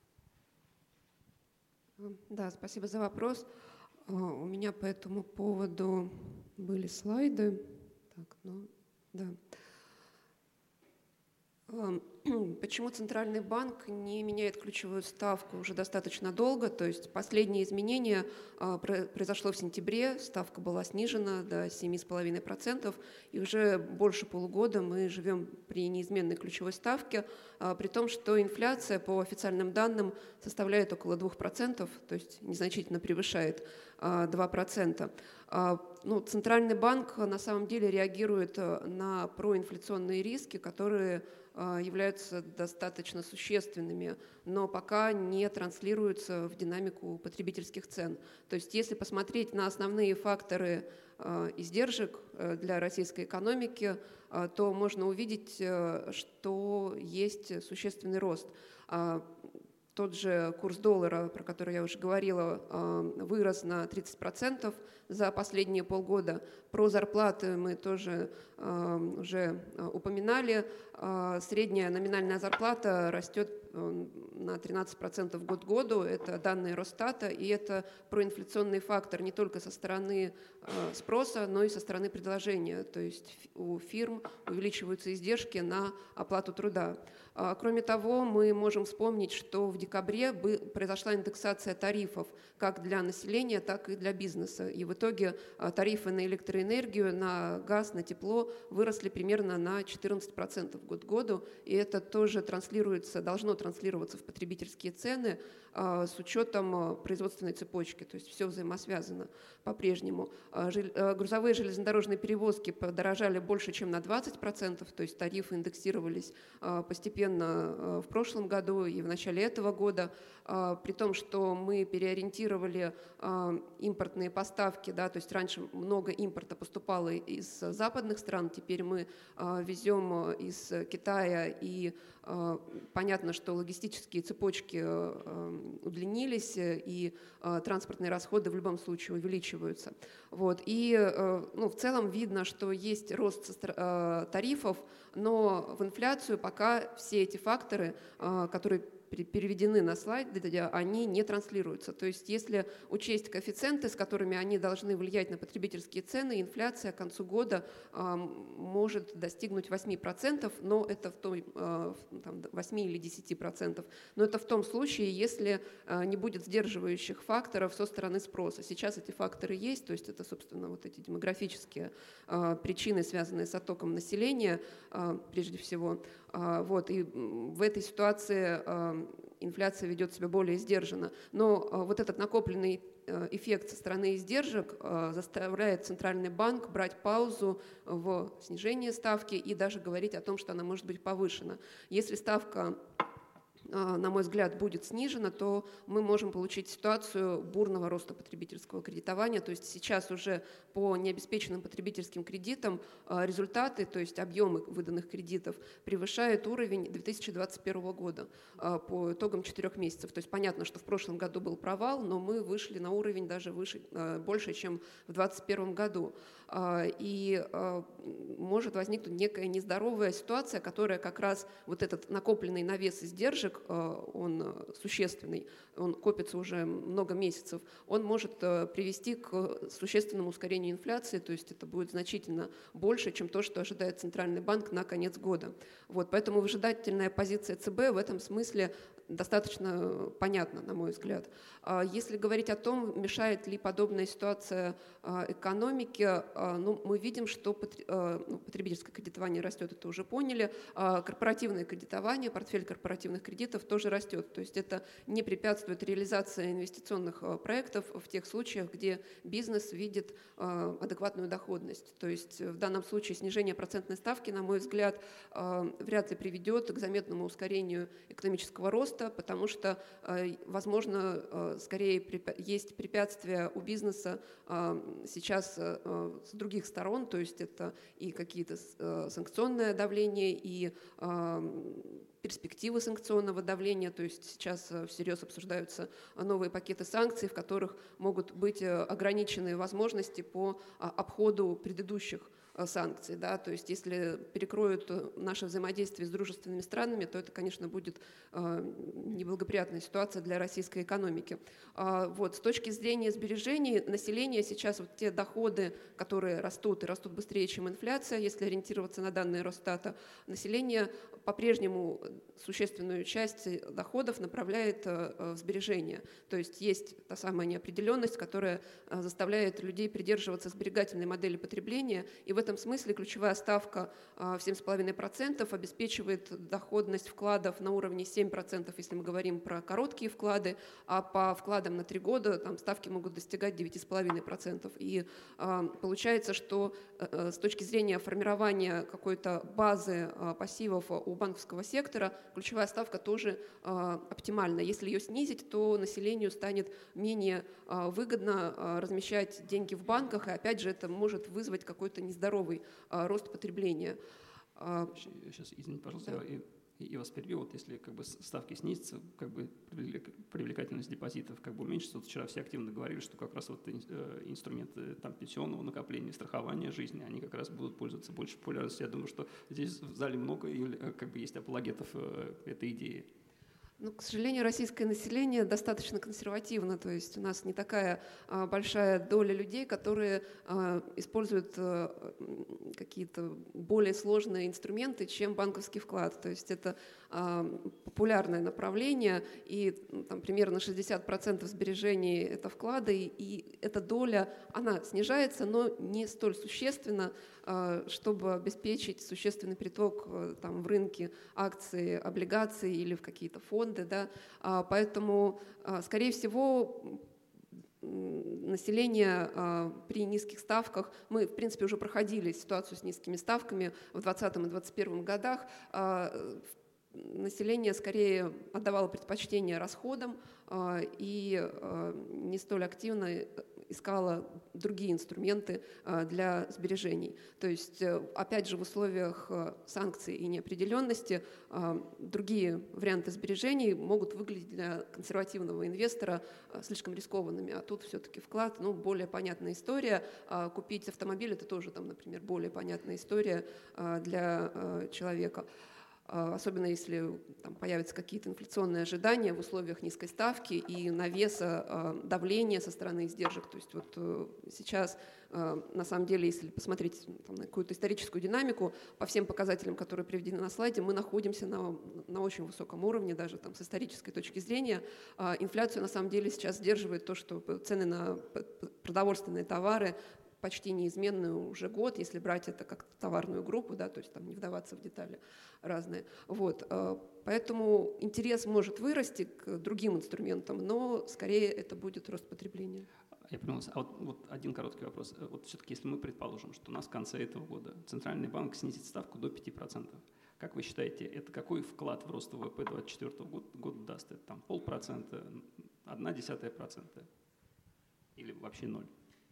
Да, спасибо за вопрос. У меня по этому поводу были слайды. Так, ну, да. Почему Центральный банк не меняет ключевую ставку уже достаточно долго? То есть последнее изменение произошло в сентябре, ставка была снижена до семи с половиной процентов, и уже больше полугода мы живем при неизменной ключевой ставке, при том, что инфляция по официальным данным составляет около двух процентов, то есть незначительно превышает два процента. Ну, Центральный банк на самом деле реагирует на проинфляционные риски, которые являются достаточно существенными, но пока не транслируются в динамику потребительских цен. То есть если посмотреть на основные факторы издержек для российской экономики, то можно увидеть, что есть существенный рост. Тот же курс доллара, про который я уже говорила, вырос на тридцать процентов за последние полгода. Про зарплаты мы тоже уже упоминали. Средняя номинальная зарплата растет на тринадцать процентов год к году. Это данные Росстата, и это проинфляционный фактор не только со стороны спроса, но и со стороны предложения. То есть у фирм увеличиваются издержки на оплату труда. Кроме того, мы можем вспомнить, что в декабре произошла индексация тарифов как для населения, так и для бизнеса. И в итоге тарифы на электроэнергию, на газ, на тепло выросли примерно на четырнадцать процентов год к году. И это тоже транслируется, должно транслироваться в потребительские цены с учетом производственной цепочки. То есть все взаимосвязано по-прежнему. Грузовые железнодорожные перевозки подорожали больше, чем на двадцать процентов, то есть тарифы индексировались постепенно в прошлом году и в начале этого года, при том, что мы переориентировали импортные поставки, да, то есть раньше много импорта поступало из западных стран, теперь мы везем из Китая, и понятно, что логистические цепочки удлинились, и транспортные расходы в любом случае увеличиваются. Вот. И ну, в целом видно, что есть рост тарифов, но в инфляцию пока все эти факторы, которые переведены на слайд, они не транслируются. То есть если учесть коэффициенты, с которыми они должны влиять на потребительские цены, инфляция к концу года э, может достигнуть восьми процентов, но это в том, э, там, восьми или десяти процентов. Но это в том случае, если э, не будет сдерживающих факторов со стороны спроса. Сейчас эти факторы есть, то есть это, собственно, вот эти демографические э, причины, связанные с оттоком населения, э, прежде всего. Э, вот, и в этой ситуации э, инфляция ведет себя более сдержанно. Но вот этот накопленный эффект со стороны издержек заставляет Центральный банк брать паузу в снижении ставки и даже говорить о том, что она может быть повышена. Если ставка, на мой взгляд, будет снижена, то мы можем получить ситуацию бурного роста потребительского кредитования. То есть сейчас уже по необеспеченным потребительским кредитам результаты, то есть объемы выданных кредитов, превышают уровень две тысячи двадцать первого года по итогам четырех месяцев. То есть понятно, что в прошлом году был провал, но мы вышли на уровень даже выше, больше, чем в две тысячи двадцать первом году. И может возникнуть некая нездоровая ситуация, которая как раз вот этот накопленный навес издержек, он существенный, он копится уже много месяцев, он может привести к существенному ускорению инфляции, то есть это будет значительно больше, чем то, что ожидает Центральный банк на конец года. Вот, поэтому выжидательная позиция ЦБ в этом смысле достаточно понятно, на мой взгляд. Если говорить о том, мешает ли подобная ситуация экономике, ну, мы видим, что потребительское кредитование растет, это уже поняли, корпоративное кредитование, портфель корпоративных кредитов тоже растет. То есть это не препятствует реализации инвестиционных проектов в тех случаях, где бизнес видит адекватную доходность. То есть в данном случае снижение процентной ставки, на мой взгляд, вряд ли приведет к заметному ускорению экономического роста, потому что, возможно, скорее есть препятствия у бизнеса сейчас с других сторон, то есть это и какие-то санкционное давление, и перспективы санкционного давления, то есть сейчас всерьез обсуждаются новые пакеты санкций, в которых могут быть ограничены возможности по обходу предыдущих санкций. Да? То есть если перекроют наше взаимодействие с дружественными странами, то это, конечно, будет неблагоприятная ситуация для российской экономики. Вот. С точки зрения сбережений населения сейчас вот те доходы, которые растут и растут быстрее, чем инфляция, если ориентироваться на данные Росстата, население по-прежнему существенную часть доходов направляет в сбережения. То есть есть та самая неопределенность, которая заставляет людей придерживаться сберегательной модели потребления. И в этом смысле ключевая ставка в семь целых пять десятых процента обеспечивает доходность вкладов на уровне семь процентов, если мы говорим про короткие вклады, а по вкладам на три года там ставки могут достигать девять целых пять десятых процента. И а, получается, что а, с точки зрения формирования какой-то базы а, пассивов у банковского сектора, ключевая ставка тоже а, оптимальна. Если ее снизить, то населению станет менее а, выгодно а, размещать деньги в банках, и опять же это может вызвать какой-то нездоровый а, рост потребления. Сейчас, извините, пожалуйста, да. я, я вас перебью. Вот если как бы ставки снизятся, как бы привлекательность депозитов как бы уменьшится. Вот вчера все активно говорили, что как раз вот инструменты там, пенсионного накопления, страхования жизни, они как раз будут пользоваться больше популярностью. Я думаю, что здесь в зале много как бы есть апологетов этой идеи. Ну, к сожалению, российское население достаточно консервативно, то есть у нас не такая а, большая доля людей, которые а, используют а, какие-то более сложные инструменты, чем банковский вклад. То есть это а, популярное направление, и там, примерно шестьдесят процентов сбережений – это вклады, и, и эта доля, она снижается, но не столь существенно, а, чтобы обеспечить существенный приток а, там, в рынке акций, облигаций или в какие-то фонды. Да? Поэтому, скорее всего, население при низких ставках, мы, в принципе, уже проходили ситуацию с низкими ставками в двадцатом и двадцать первом годах, население скорее отдавало предпочтение расходам и не столь активно искала другие инструменты для сбережений. То есть, опять же, в условиях санкций и неопределенности другие варианты сбережений могут выглядеть для консервативного инвестора слишком рискованными, а тут все-таки вклад, ну, более понятная история. Купить автомобиль – это тоже, там, например, более понятная история для человека. Особенно если там появятся какие-то инфляционные ожидания в условиях низкой ставки и навеса давления со стороны издержек. То есть вот сейчас, на самом деле, если посмотреть там, на какую-то историческую динамику, по всем показателям, которые приведены на слайде, мы находимся на, на очень высоком уровне, даже там, с исторической точки зрения. Инфляцию на самом деле сейчас сдерживает то, что цены на продовольственные товары почти неизменны уже год, если брать это как товарную группу, да, то есть там не вдаваться в детали разные. Вот, поэтому интерес может вырасти к другим инструментам, но скорее это будет рост потребления. Я понял. А вот, вот один короткий вопрос. Вот все-таки, если мы предположим, что у нас в конце этого года Центральный банк снизит ставку до пяти процентов, как вы считаете, это какой вклад в рост ВВП двадцать четвёртого года, года даст? Это там полпроцента, одна десятая процента или вообще ноль?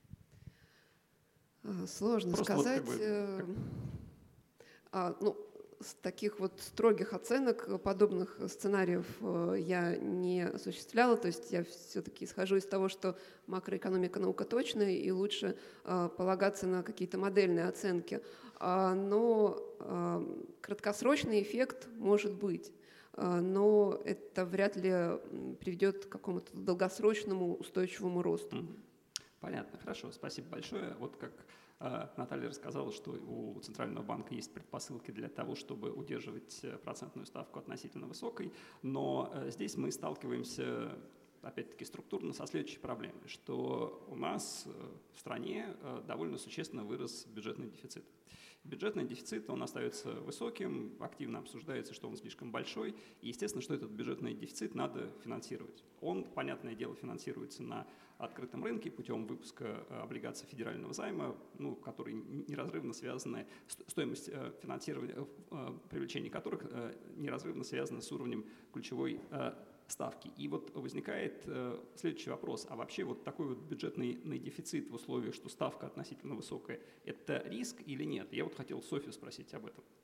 Сложно Просто сказать. Вот как бы... а, ну, с таких вот строгих оценок подобных сценариев я не осуществляла. То есть я все-таки исхожу из того, что макроэкономика наука точная, и лучше а, полагаться на какие-то модельные оценки. А, но а, краткосрочный эффект может быть. А, но это вряд ли приведет к какому-то долгосрочному устойчивому росту. Понятно, хорошо, спасибо большое. Вот как э, Наталья рассказала, что у Центрального банка есть предпосылки для того, чтобы удерживать процентную ставку относительно высокой, но э, здесь мы сталкиваемся, опять-таки, структурно со следующей проблемой, что у нас э, в стране э, довольно существенно вырос бюджетный дефицит. Бюджетный дефицит, он остается высоким, активно обсуждается, что он слишком большой, и естественно, что этот бюджетный дефицит надо финансировать. Он, понятное дело, финансируется на открытом рынке путем выпуска облигаций федерального займа, ну, которые неразрывно связаны, стоимость финансирования, привлечения которых неразрывно связана с уровнем ключевой ставки. И вот возникает следующий вопрос, а вообще вот такой вот бюджетный дефицит в условиях, что ставка относительно высокая, это риск или нет? Я вот хотел Софью спросить об этом.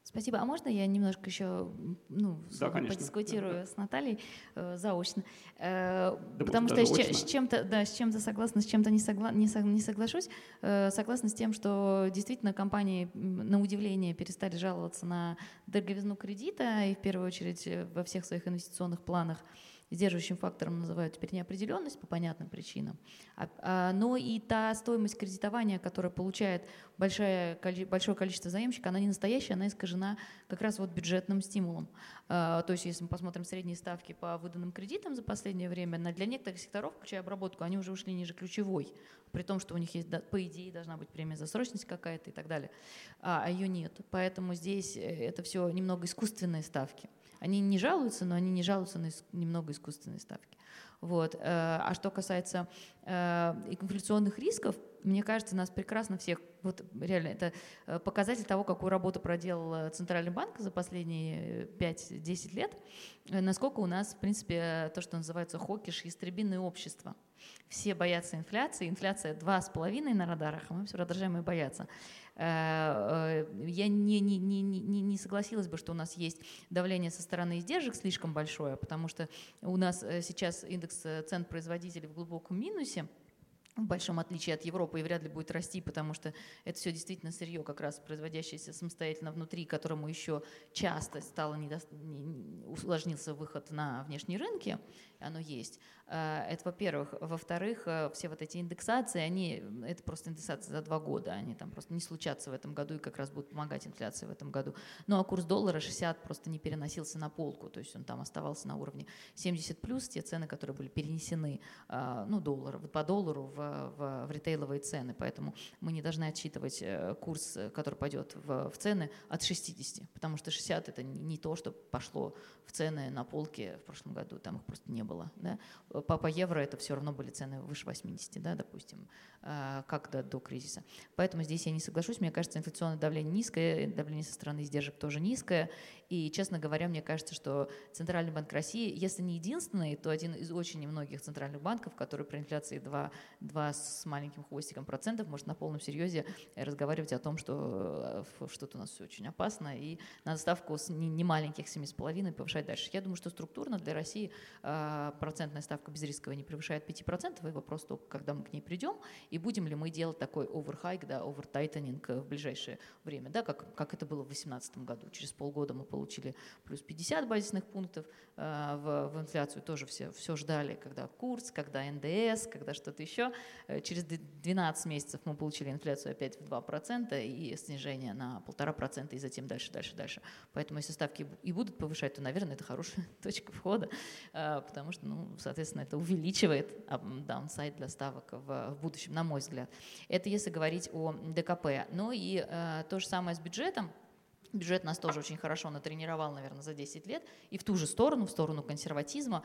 Спасибо. А можно я немножко еще ну, да, подискутирую да. с Натальей э, заочно? Э, да потому что я с, с чем-то, да, с чем-то согласна, с чем-то не, согла не, со не соглашусь. Э, согласна с тем, что действительно компании, на удивление, перестали жаловаться на дороговизну кредита, и в первую очередь во всех своих инвестиционных планах сдерживающим фактором называют теперь неопределенность по понятным причинам, а, а, но и та стоимость кредитования, которая получает большое, большое количество заемщиков, она не настоящая, она искажена как раз вот бюджетным стимулом. А, то есть если мы посмотрим средние ставки по выданным кредитам за последнее время, для некоторых секторов, включая обработку, они уже ушли ниже ключевой, при том, что у них есть, по идее, должна быть премия за срочность какая-то и так далее, а, а ее нет. Поэтому здесь это все немного искусственные ставки. Они не жалуются, но они не жалуются на немного искусственные ставки. Вот. А что касается инфляционных рисков, мне кажется, нас прекрасно всех, вот реально, это показатель того, какую работу проделал Центральный банк за последние пять-десять лет, насколько у нас, в принципе, то, что называется хокиш, ястребиное общество. Все боятся инфляции, инфляция два с половиной на радарах, а мы все раздражаем и боятся. Я не, не, не, не, не согласилась бы, что у нас есть давление со стороны издержек слишком большое, потому что у нас сейчас индекс цен производителей в глубоком минусе, в большом отличие от Европы, и вряд ли будет расти, потому что это все действительно сырье, как раз производящееся самостоятельно внутри, которому еще часто стало недо... усложнился выход на внешние рынки, оно есть. Это, во-первых. Во-вторых, все вот эти индексации, они, это просто индексация за два года, они там просто не случатся в этом году и как раз будут помогать инфляции в этом году. Ну а курс доллара шестьдесят просто не переносился на полку, то есть он там оставался на уровне семьдесят плюс, те цены, которые были перенесены, ну, доллар, по доллару в В, в ритейловые цены, поэтому мы не должны отсчитывать курс, который пойдет в, в цены от шестидесяти, потому что шестьдесят это не, не то, что пошло в цены на полке в прошлом году, там их просто не было. Да? По, по евро это все равно были цены выше восьмидесяти, да, допустим, как до, до кризиса. Поэтому здесь я не соглашусь, мне кажется, инфляционное давление низкое, давление со стороны издержек тоже низкое, и, честно говоря, мне кажется, что Центральный банк России, если не единственный, то один из очень немногих центральных банков, который при инфляции два два с маленьким хвостиком процентов может на полном серьезе разговаривать о том, что что-то у нас все очень опасно, и надо ставку с не маленьких семи с половиной повышать дальше. Я думаю, что структурно для России процентная ставка безрисковая не превышает пяти процентов, и вопрос только, когда мы к ней придем, и будем ли мы делать такой оверхайк, да, овертайтенинг в ближайшее время, да, как, как это было в две тысячи восемнадцатом году. Через полгода мы получили плюс пятьдесят базисных пунктов в, в инфляцию, тоже все, все ждали, когда курс, когда эн дэ эс, когда что-то еще. Через двенадцать месяцев мы получили инфляцию опять в два процента и снижение на полтора процента, и затем дальше, дальше, дальше. Поэтому если ставки и будут повышать, то, наверное, это хорошая точка входа, потому что, ну, соответственно, это увеличивает даунсайд для ставок в, в будущем, на мой взгляд. Это если говорить о дэ ка пэ. Ну и э, то же самое с бюджетом. Бюджет нас тоже очень хорошо натренировал, наверное, за десять лет, и в ту же сторону, в сторону консерватизма.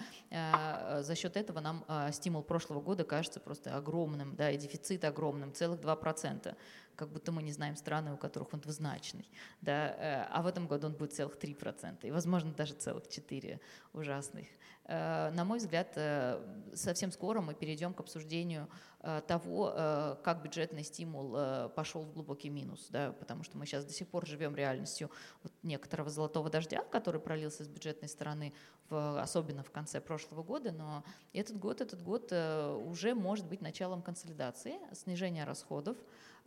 Э, за счет этого нам э, стимул прошлого года кажется просто огромным, да, и дефицит огромным, целых два процента. Как будто мы не знаем страны, у которых он двузначный. Да, э, а в этом году он будет целых три процента, и, возможно, даже целых четыре ужасных. Э, на мой взгляд, э, совсем скоро мы перейдем к обсуждению э, того, э, как бюджетный стимул э, пошел в глубокий минус, да, потому что мы сейчас до сих пор живем реальностью вот некоторого золотого дождя, который пролился с бюджетной стороны, в, особенно в конце прошлого года, но этот год, этот год э, уже может быть началом консолидации, снижения расходов,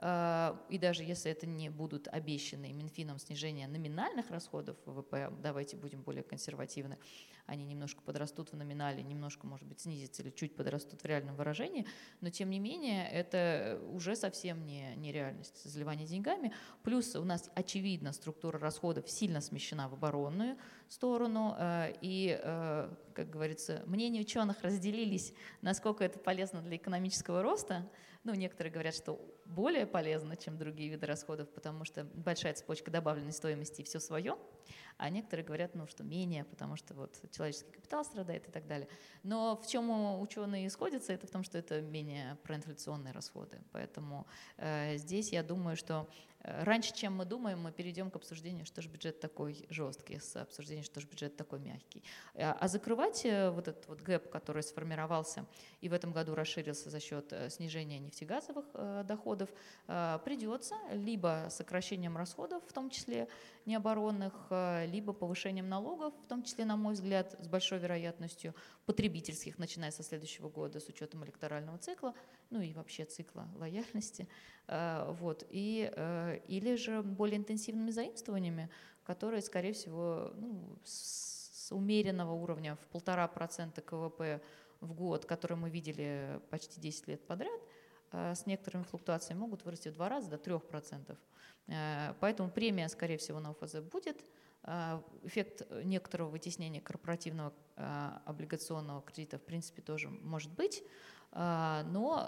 э, и даже если это не будут обещанные Минфином снижения номинальных расходов вэ вэ пэ, давайте будем более консервативны, они немножко подрастут в номинале, немножко, может быть, снизятся или чуть подрастут в реальном выражении, но, тем не менее, это уже совсем не, не реальность заливания деньгами. Плюс у нас, очевидно, структура расходов сильно смещена в оборонную сторону, и, как говорится, мнения ученых разделились, насколько это полезно для экономического роста. Ну, некоторые говорят, что более полезно, чем другие виды расходов, потому что большая цепочка добавленной стоимости и все свое, а некоторые говорят, ну, что менее, потому что вот человеческий капитал страдает и так далее. Но в чем ученые сходятся, это в том, что это менее проинфляционные расходы. Поэтому э, здесь я думаю, что раньше, чем мы думаем, мы перейдем к обсуждению, что же бюджет такой жесткий, с обсуждением, что же бюджет такой мягкий. А закрывать вот этот вот гэп, который сформировался и в этом году расширился за счет снижения нефтегазовых доходов, придется либо сокращением расходов, в том числе необоронных, либо повышением налогов, в том числе, на мой взгляд, с большой вероятностью потребительских, начиная со следующего года, с учетом электорального цикла, ну и вообще цикла лояльности, вот, и, или же более интенсивными заимствованиями, которые, скорее всего, ну, с умеренного уровня в полтора процента ка вэ пэ в год, который мы видели почти десять лет подряд, с некоторыми флуктуациями могут вырасти в два раза до трёх процентов. Поэтому премия, скорее всего, на о эф зэ будет. Эффект некоторого вытеснения корпоративного облигационного кредита, в принципе, тоже может быть. Но,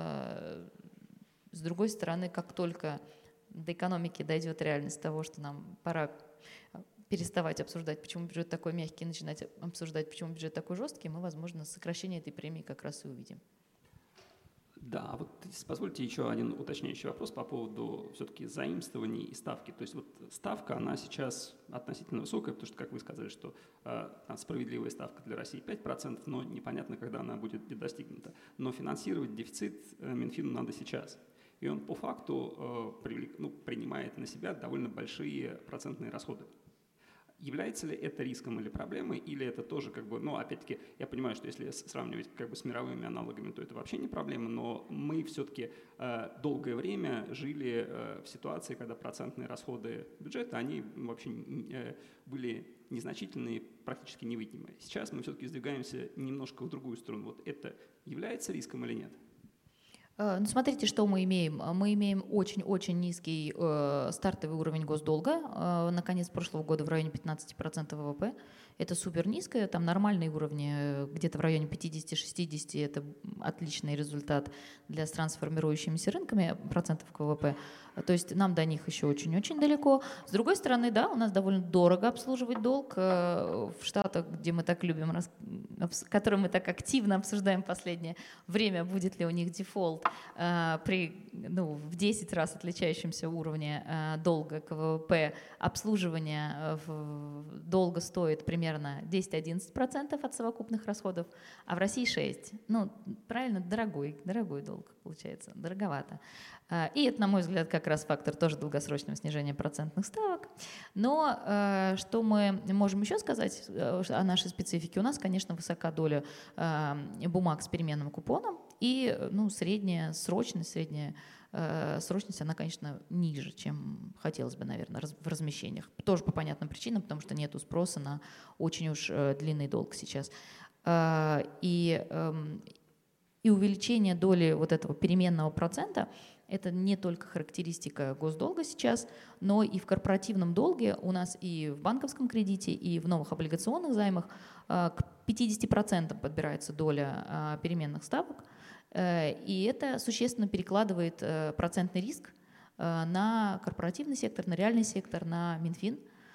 с другой стороны, как только до экономики дойдет реальность того, что нам пора переставать обсуждать, почему бюджет такой мягкий, и начинать обсуждать, почему бюджет такой жесткий, мы, возможно, сокращение этой премии как раз и увидим. Да, вот позвольте еще один уточняющий вопрос по поводу все-таки заимствований и ставки. То есть вот ставка, она сейчас относительно высокая, потому что, как вы сказали, что э, справедливая ставка для России пять процентов, но непонятно, когда она будет достигнута. Но финансировать дефицит э, Минфину надо сейчас. И он по факту э, привлек, ну, принимает на себя довольно большие процентные расходы. Является ли это риском или проблемой, или это тоже как бы, ну, опять-таки, я понимаю, что если сравнивать как бы с мировыми аналогами, то это вообще не проблема, но мы все-таки э, долгое время жили э, в ситуации, когда процентные расходы бюджета, они вообще э, были незначительные, практически невидимые. Сейчас мы все-таки сдвигаемся немножко в другую сторону. Вот это является риском или нет? Ну, смотрите, что мы имеем. Мы имеем очень-очень низкий э, стартовый уровень госдолга. Э, на конец прошлого года в районе пятнадцати процентов вэ вэ пэ. Это супер низкое. Там нормальные уровни где-то в районе пятидесяти-шестидесяти. Это отличный результат для стран с формирующимися рынками процентов к вэ вэ пэ. То есть нам до них еще очень-очень далеко. С другой стороны, да, у нас довольно дорого обслуживать долг. Э, в Штатах, где мы так любим, который мы так активно обсуждаем в последнее время, будет ли у них дефолт, при ну, в десять раз отличающемся уровне долга к вэ вэ пэ, обслуживание долга стоит примерно десять-одиннадцать процентов от совокупных расходов, а в России шесть процентов. Ну, правильно, дорогой, дорогой долг получается, дороговато. И это, на мой взгляд, как раз фактор тоже долгосрочного снижения процентных ставок. Но что мы можем еще сказать о нашей специфике? У нас, конечно, высока доля бумаг с переменным купоном, и ну, средняя срочность, средняя э, срочность, она, конечно, ниже, чем хотелось бы, наверное, раз, в размещениях. Тоже по понятным причинам, потому что нет спроса на очень уж э, длинный долг сейчас. Э, и, э, и увеличение доли вот этого переменного процента – это не только характеристика госдолга сейчас, но и в корпоративном долге у нас и в банковском кредите, и в новых облигационных займах э, к пятидесяти процентам подбирается доля э, переменных ставок. И это существенно перекладывает процентный риск на корпоративный сектор, на реальный сектор, на Минфин.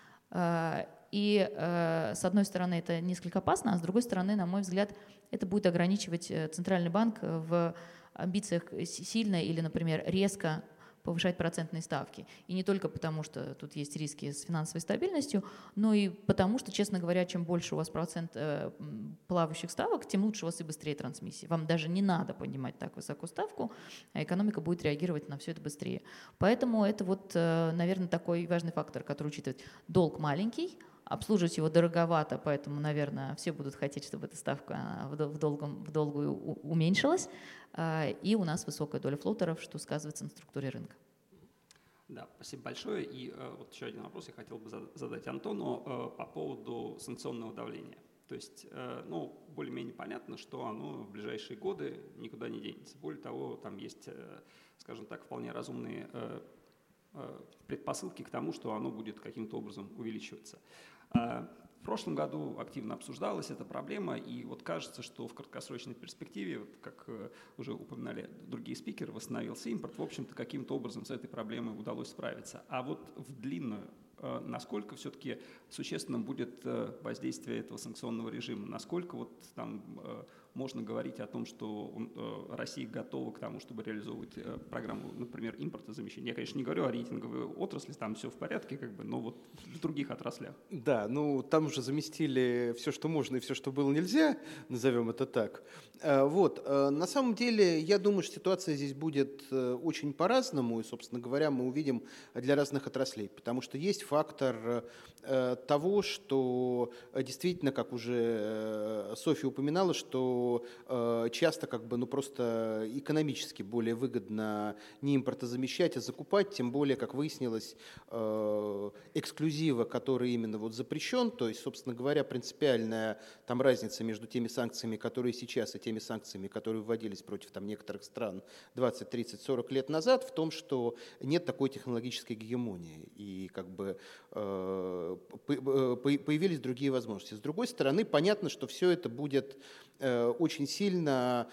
И с одной стороны это несколько опасно, а с другой стороны, на мой взгляд, это будет ограничивать Центральный банк в амбициях сильно или, например, резко повышать процентные ставки. И не только потому, что тут есть риски с финансовой стабильностью, но и потому, что, честно говоря, чем больше у вас процент э, плавающих ставок, тем лучше у вас и быстрее трансмиссии. Вам даже не надо поднимать так высоко ставку, а экономика будет реагировать на все это быстрее. Поэтому это вот, э, наверное, такой важный фактор, который учитывает. Долг маленький, обслуживать его дороговато, поэтому, наверное, все будут хотеть, чтобы эта ставка в, долгом, в долгую уменьшилась. И у нас высокая доля флоутеров, что сказывается на структуре рынка. Да, спасибо большое. И э, вот еще один вопрос я хотел бы задать Антону э, по поводу санкционного давления. То есть, э, ну, более-менее понятно, что оно в ближайшие годы никуда не денется. Более того, там есть, э, скажем так, вполне разумные э, э, предпосылки к тому, что оно будет каким-то образом увеличиваться. В прошлом году активно обсуждалась эта проблема, и вот кажется, что в краткосрочной перспективе, вот как уже упоминали другие спикеры, восстановился импорт, в общем-то, каким-то образом с этой проблемой удалось справиться. А вот в длинную, насколько все-таки существенным будет воздействие этого санкционного режима, насколько вот там можно говорить о том, что Россия готова к тому, чтобы реализовывать программу, например, импортозамещения? Я, конечно, не говорю о рейтинговой отрасли, там все в порядке, как бы, но вот в других отраслях. Да, ну там уже заместили все, что можно и все, что было нельзя, назовем это так. Вот, на самом деле, я думаю, что ситуация здесь будет очень по-разному, и, собственно говоря, мы увидим для разных отраслей, потому что есть фактор того, что действительно, как уже Софья упоминала, что часто как бы, ну, просто экономически более выгодно не импортозамещать, а закупать, тем более, как выяснилось, эксклюзива, который именно вот запрещен, то есть, собственно говоря, принципиальная там разница между теми санкциями, которые сейчас, и теми санкциями, которые вводились против там некоторых стран двадцать, тридцать, сорок лет назад, в том, что нет такой технологической гегемонии, и как бы э, появились другие возможности. С другой стороны, понятно, что все это будет очень сильно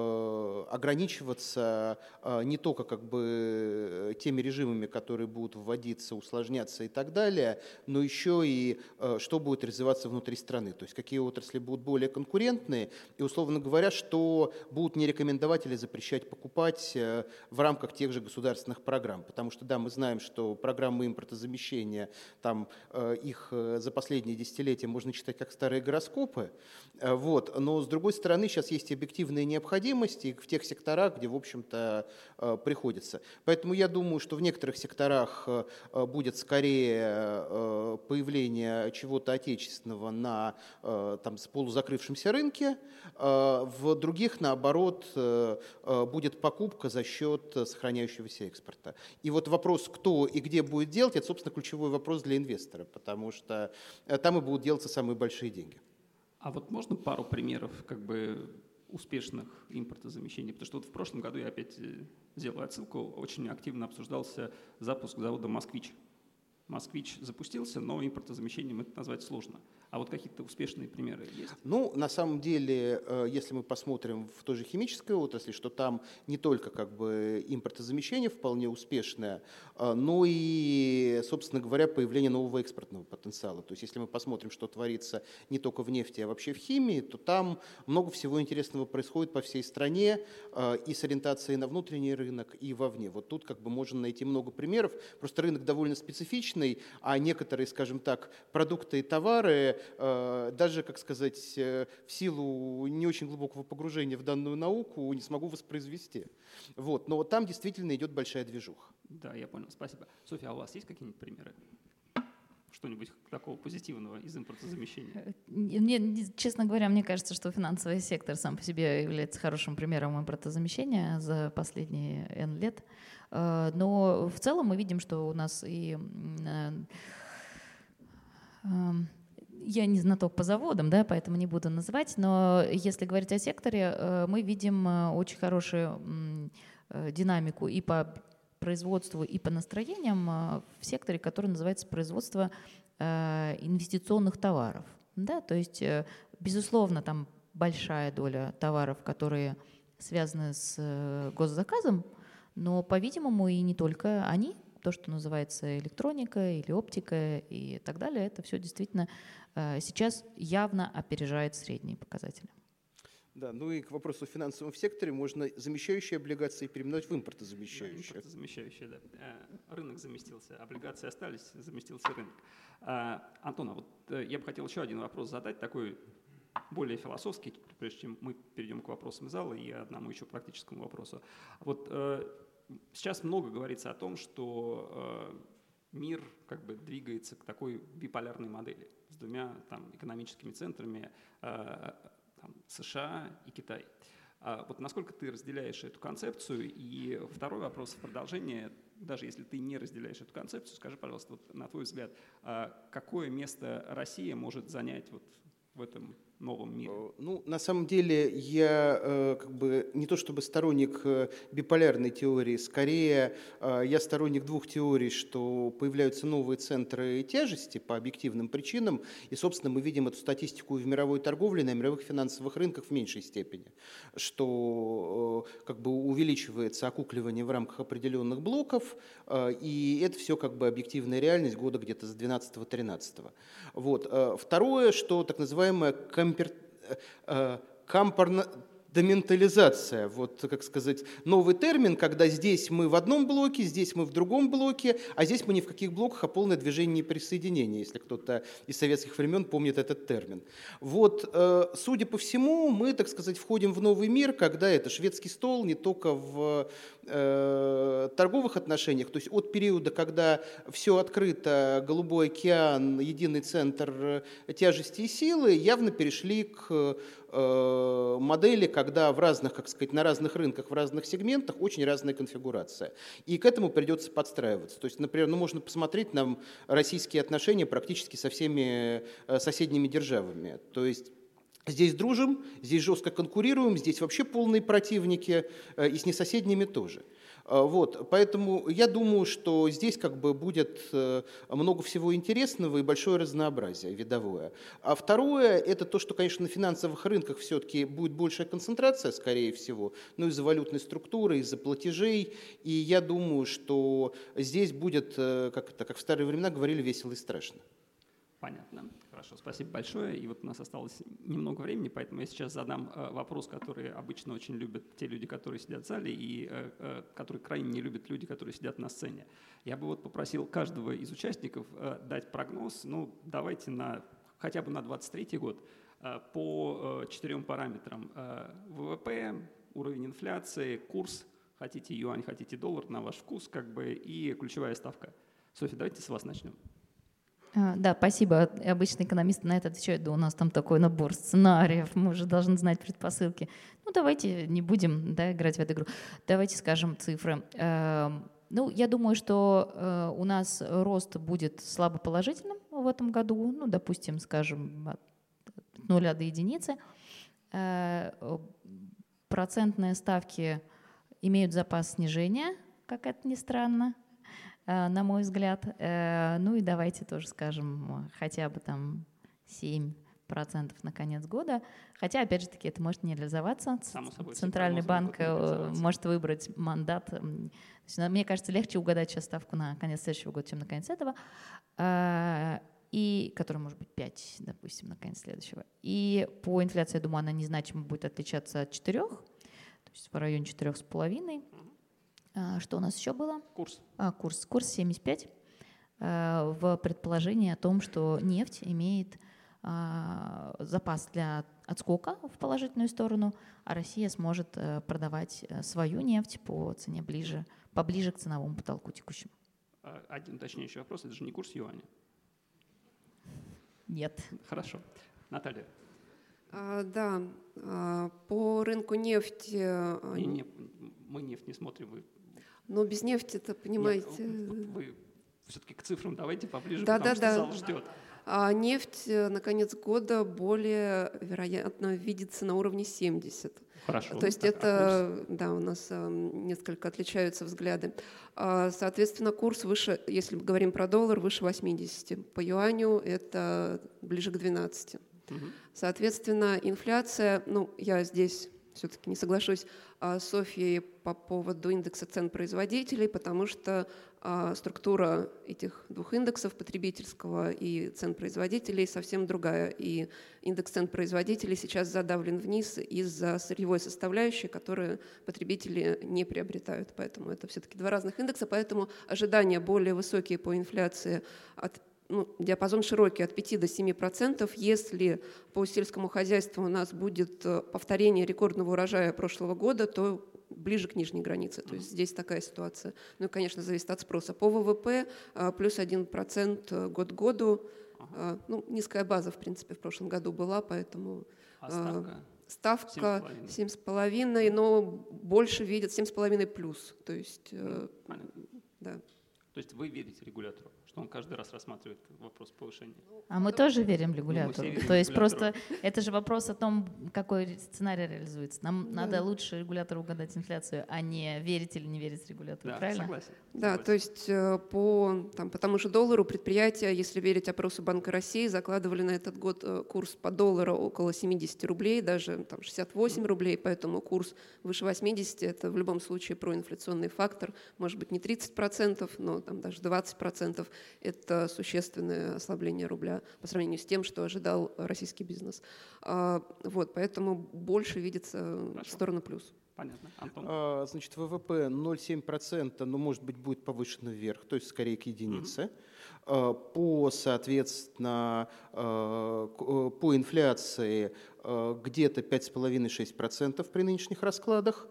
ограничиваться не только как бы теми режимами, которые будут вводиться, усложняться и так далее, но еще и что будет развиваться внутри страны, то есть какие отрасли будут более конкурентные и, условно говоря, что будут не рекомендовать или запрещать покупать в рамках тех же государственных программ, потому что, да, мы знаем, что программы импортозамещения, там их за последние десятилетия можно читать как старые гороскопы, вот, но с другой стороны, сейчас есть объективные необходимости в тех секторах, где, в общем-то, приходится. Поэтому я думаю, что в некоторых секторах будет скорее появление чего-то отечественного на там, полузакрывшемся рынке, в других, наоборот, будет покупка за счет сохраняющегося экспорта. И вот вопрос, кто и где будет делать, это, собственно, ключевой вопрос для инвестора, потому что там и будут делаться самые большие деньги. А вот можно пару примеров как бы успешных импортозамещений? Потому что вот в прошлом году, я опять сделаю отсылку, очень активно обсуждался запуск завода «Москвич». «Москвич» запустился, но импортозамещением это назвать сложно. А вот какие-то успешные примеры есть? Ну, на самом деле, если мы посмотрим в той же химической отрасли, что там не только как бы импортозамещение вполне успешное, но и, собственно говоря, появление нового экспортного потенциала. То есть если мы посмотрим, что творится не только в нефти, а вообще в химии, то там много всего интересного происходит по всей стране и с ориентацией на внутренний рынок, и вовне. Вот тут как бы можно найти много примеров. Просто рынок довольно специфичный, а некоторые, скажем так, продукты и товары даже, как сказать, в силу не очень глубокого погружения в данную науку не смогу воспроизвести. Вот. Но вот там действительно идет большая движуха. Да, я понял, спасибо. Софья, а у вас есть какие-нибудь примеры? Что-нибудь такого позитивного из импортозамещения? Мне, честно говоря, мне кажется, что финансовый сектор сам по себе является хорошим примером импортозамещения за последние N лет. Но в целом мы видим, что у нас и... Я не знаток по заводам, да, поэтому не буду называть, но если говорить о секторе, мы видим очень хорошую динамику и по производству, и по настроениям в секторе, который называется производство инвестиционных товаров. Да? То есть, безусловно, там большая доля товаров, которые связаны с госзаказом, но, по-видимому, и не только они. То, что называется электроника или оптика и так далее, это все действительно сейчас явно опережает средние показатели. Да, ну и к вопросу о финансовом секторе можно замещающие облигации переименовать в импортозамещающие. Да, импортозамещающие, да. Рынок заместился, облигации остались, заместился рынок. Антон, а вот я бы хотел еще один вопрос задать, такой более философский, прежде чем мы перейдем к вопросам зала и одному еще практическому вопросу. Вот сейчас много говорится о том, что мир как бы двигается к такой биполярной модели с двумя там, экономическими центрами там, США и Китай. Вот насколько ты разделяешь эту концепцию? И второй вопрос в продолжение, даже если ты не разделяешь эту концепцию, скажи, пожалуйста, вот, на твой взгляд, какое место Россия может занять вот в этом новом мире? Ну, на самом деле, я как бы не то чтобы сторонник биполярной теории, скорее я сторонник двух теорий, что появляются новые центры тяжести по объективным причинам, и, собственно, мы видим эту статистику в мировой торговле, на мировых финансовых рынках в меньшей степени, что как бы увеличивается окукливание в рамках определенных блоков, и это все как бы объективная реальность года где-то с двенадцатого-тринадцатого. Вот. Второе, что так называемая компер... компартаментализация, вот, как сказать, новый термин, когда здесь мы в одном блоке, здесь мы в другом блоке, а здесь мы ни в каких блоках, а полное движение неприсоединения, если кто-то из советских времен помнит этот термин. Вот, судя по всему, мы, так сказать, входим в новый мир, когда это шведский стол не только в торговых отношениях, то есть от периода, когда все открыто, голубой океан, единый центр тяжести и силы, явно перешли к модели, когда в разных, как сказать, на разных рынках, в разных сегментах очень разная конфигурация. И к этому придется подстраиваться. То есть, например, ну, можно посмотреть на российские отношения практически со всеми соседними державами. То есть здесь дружим, здесь жестко конкурируем, здесь вообще полные противники, и с несоседними тоже. Вот, поэтому я думаю, что здесь как бы будет много всего интересного и большое разнообразие видовое. А второе, это то, что, конечно, на финансовых рынках все-таки будет большая концентрация, скорее всего, ну, из-за валютной структуры, из-за платежей. И я думаю, что здесь будет, как, это, как в старые времена говорили, весело и страшно. Понятно. Хорошо, спасибо большое. И вот у нас осталось немного времени, поэтому я сейчас задам э, вопрос, который обычно очень любят те люди, которые сидят в зале, и э, э, который крайне не любят люди, которые сидят на сцене. Я бы вот попросил каждого из участников э, дать прогноз, ну, давайте на, хотя бы на двадцать третий год, э, по э, четырем параметрам. Э, ВВП, уровень инфляции, курс, хотите юань, хотите доллар, на ваш вкус, как бы, и ключевая ставка. Софья, давайте с вас начнем. Да, спасибо. Обычно экономисты на это отвечают, да у нас там такой набор сценариев, мы уже должны знать предпосылки. Ну, давайте не будем, да, играть в эту игру. Давайте скажем цифры. Ну, я думаю, что у нас рост будет слабо положительным в этом году, ну, допустим, скажем, от нуля до единицы. Процентные ставки имеют запас снижения, как это ни странно, на мой взгляд. Ну и давайте тоже скажем хотя бы там семь процентов на конец года. Хотя, опять же таки, это может не реализоваться. Само собой, Центральный банк может выбрать мандат. Мне кажется, легче угадать сейчас ставку на конец следующего года, чем на конец этого. И, который может быть пять, допустим, на конец следующего. И по инфляции, я думаю, она незначимо будет отличаться от четырех, то есть в районе четырех с половиной. Что у нас еще было? Курс. А, курс. Курс семьдесят пять. В предположении о том, что нефть имеет а, запас для отскока в положительную сторону, а Россия сможет а, продавать свою нефть по цене ближе, поближе к ценовому потолку текущему. Один уточняющий вопрос. Это же не курс юаня? Нет. Хорошо. Наталья. А, да, а, по рынку нефти... Не, не, мы нефть не смотрим. Вы... Но без нефти-то, понимаете... Нет, вы все-таки к цифрам давайте поближе, да, потому да, что да. зал ждет. А нефть на конец года более, вероятно, видится на уровне семьдесят. Хорошо. То есть так, это, а да, у нас несколько отличаются взгляды. Соответственно, курс выше, если мы говорим про доллар, выше восьмидесяти. По юаню это ближе к двенадцати. Угу. Соответственно, инфляция, ну, я здесь все-таки не соглашусь с Софьей по поводу индекса цен производителей, потому что а, структура этих двух индексов, потребительского и цен производителей, совсем другая. И индекс цен производителей сейчас задавлен вниз из-за сырьевой составляющей, которую потребители не приобретают. Поэтому это все-таки два разных индекса, поэтому ожидания более высокие по инфляции от Ну, диапазон широкий, от пяти до семи процентов. Если по сельскому хозяйству у нас будет повторение рекордного урожая прошлого года, то ближе к нижней границе. То есть здесь такая ситуация. Ну и, конечно, зависит от спроса. По ВВП плюс один процент год к году. Ага. Ну, низкая база, в принципе, в прошлом году была, поэтому... А ставка? Ставка семь с половиной, но больше видят семь с половиной плюс. То есть, понятно. Да. То есть вы верите регулятору, что он каждый раз рассматривает вопрос повышения? А мы тоже верим регулятору. Ну, верим То есть регулятору. просто это же вопрос о том, какой сценарий реализуется. Нам да. надо лучше регулятору угадать инфляцию, а не верить или не верить регулятору. Да, правильно? согласен. Да, согласен. то есть по, там, по тому же доллару предприятия, если верить опросу Банка России, закладывали на этот год курс по доллару около семидесяти рублей, даже там, шестьдесят восемь рублей, поэтому курс выше восьмидесяти – это в любом случае проинфляционный фактор. Может быть, не тридцать процентов, но там, даже двадцать процентов, это существенное ослабление рубля по сравнению с тем, что ожидал российский бизнес. Вот, поэтому больше видится Хорошо. В сторону плюс. Понятно. Антон? А, значит, ВВП ноль целых семь десятых процента, но, может быть, будет повышено вверх, то есть скорее к единице. Mm-hmm. А, по, соответственно, а, по инфляции а, где-то пять целых пять десятых — шесть процентов при нынешних раскладах.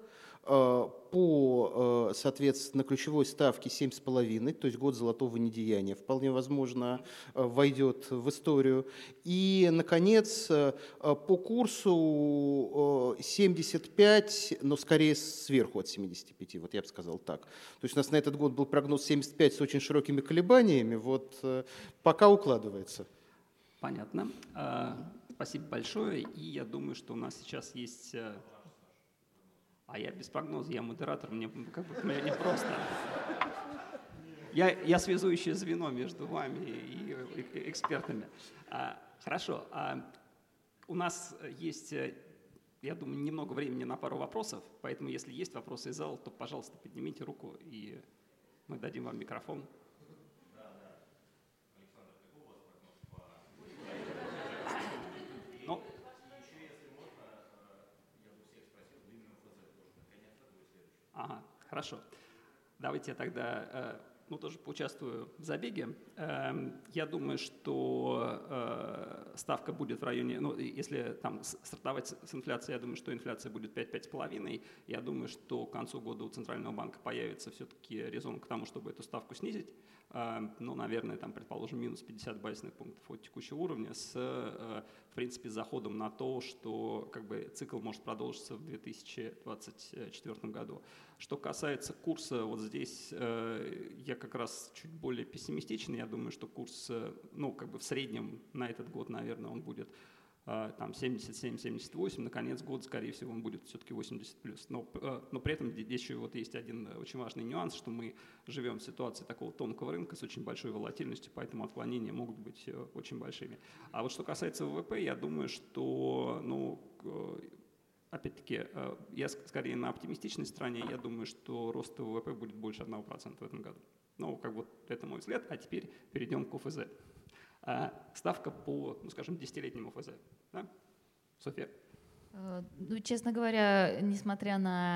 По, соответственно, ключевой ставке семь целых пять десятых, то есть год золотого недеяния, вполне возможно, войдет в историю. И, наконец, по курсу семьдесят пять, но скорее сверху от семидесяти пяти, вот я бы сказал так. То есть у нас на этот год был прогноз семьдесят пять с очень широкими колебаниями, вот пока укладывается. Понятно. Спасибо большое. И я думаю, что у нас сейчас есть... А я без прогноза, я модератор, мне как бы мне непросто. Я, я связующее звено между вами и, и экспертами. А, хорошо. А, у нас есть, я думаю, немного времени на пару вопросов, поэтому если есть вопросы из зала, то, пожалуйста, поднимите руку, и мы дадим вам микрофон. Ну, Ага, хорошо. Давайте я тогда, ну, тоже поучаствую в забеге. Я думаю, что ставка будет в районе, ну, если там стартовать с инфляцией, я думаю, что инфляция будет пять — пять с половиной. Я думаю, что к концу года у Центрального банка появится все-таки резон к тому, чтобы эту ставку снизить. Ну, наверное, там, предположим, минус пятьдесят базисных пунктов от текущего уровня с, в принципе, заходом на то, что как бы цикл может продолжиться в две тысячи двадцать четвёртом году. Что касается курса, вот здесь я как раз чуть более пессимистичен. Я думаю, что курс, ну, как бы в среднем на этот год, наверное, он будет там семьдесят семь — семьдесят восемь, на конец года, скорее всего, он будет все-таки восемьдесят плюс. Но, но при этом здесь еще вот есть один очень важный нюанс, что мы живем в ситуации такого тонкого рынка с очень большой волатильностью, поэтому отклонения могут быть очень большими. А вот что касается ВВП, я думаю, что, ну, опять-таки, я скорее на оптимистичной стороне, я думаю, что рост ВВП будет больше одного процента в этом году. Ну, как вот это мой взгляд, а теперь перейдем к ОФЗ. Ставка по, ну, скажем, десятилетнему ОФЗ. Да? Софья? Ну, честно говоря, несмотря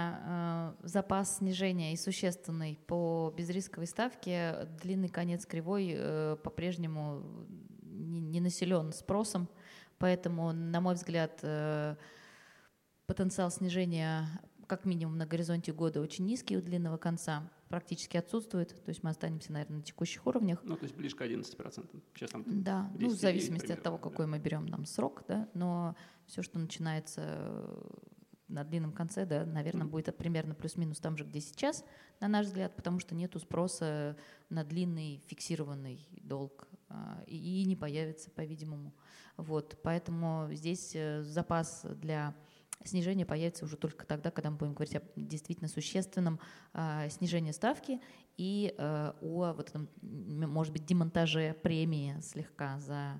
на э, запас снижения и существенный по безрисковой ставке, длинный конец кривой э, по-прежнему не, не населен спросом, поэтому, на мой взгляд, э, потенциал снижения как минимум на горизонте года очень низкий у длинного конца, практически отсутствует, то есть мы останемся, наверное, на текущих уровнях. Ну, то есть ближе к одиннадцати процентам. Сейчас там да, ну, в зависимости примерно, от того, какой да. мы берем там срок, да, но все, что начинается на длинном конце, да, наверное, mm-hmm. будет примерно плюс-минус там же, где сейчас, на наш взгляд, потому что нету спроса на длинный фиксированный долг а, и, и не появится, по-видимому. Вот, поэтому здесь запас для снижение появится уже только тогда, когда мы будем говорить о действительно существенном э, снижении ставки и э, о вот этом, может быть, демонтаже премии слегка за,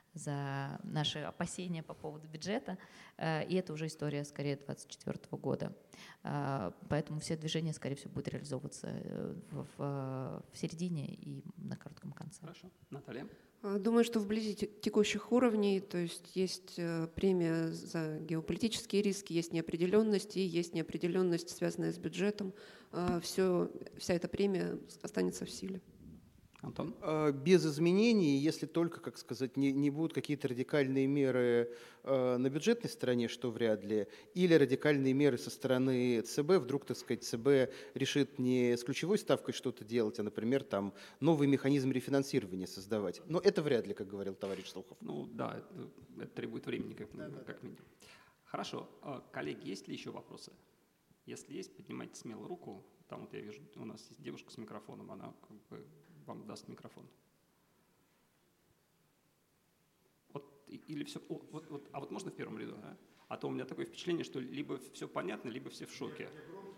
за наши опасения по поводу бюджета. Э, и это уже история скорее две тысячи двадцать четвёртого года. Э, поэтому все движения, скорее всего, будут реализовываться в, в, в середине и на коротком конце. Хорошо. Наталья? Думаю, что вблизи текущих уровней, то есть есть премия за геополитические риски, есть неопределенность и есть неопределенность, связанная с бюджетом. Все, вся эта премия останется в силе. Антон? Без изменений, если только, как сказать, не, не будут какие-то радикальные меры э, на бюджетной стороне, что вряд ли, или радикальные меры со стороны ЦБ, вдруг, так сказать, ЦБ решит не с ключевой ставкой что-то делать, а, например, там новый механизм рефинансирования создавать. Но это вряд ли, как говорил товарищ Сухов. Ну да, это, это требует времени, как, да, да, как минимум. Хорошо. Коллеги, есть ли еще вопросы? Если есть, поднимайте смело руку. Там вот я вижу, у нас есть девушка с микрофоном, она как бы вам даст микрофон. Вот, или все, о, вот, вот, а вот можно в первом ряду? А? а то у меня такое впечатление, что либо все понятно, либо все в шоке.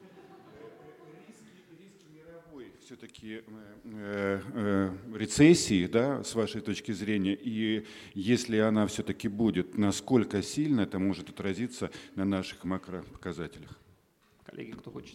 Риски, риски мировой все-таки э, э, рецессии, да, с вашей точки зрения, и если она все-таки будет, насколько сильно это может отразиться на наших макропоказателях? Коллеги, кто хочет?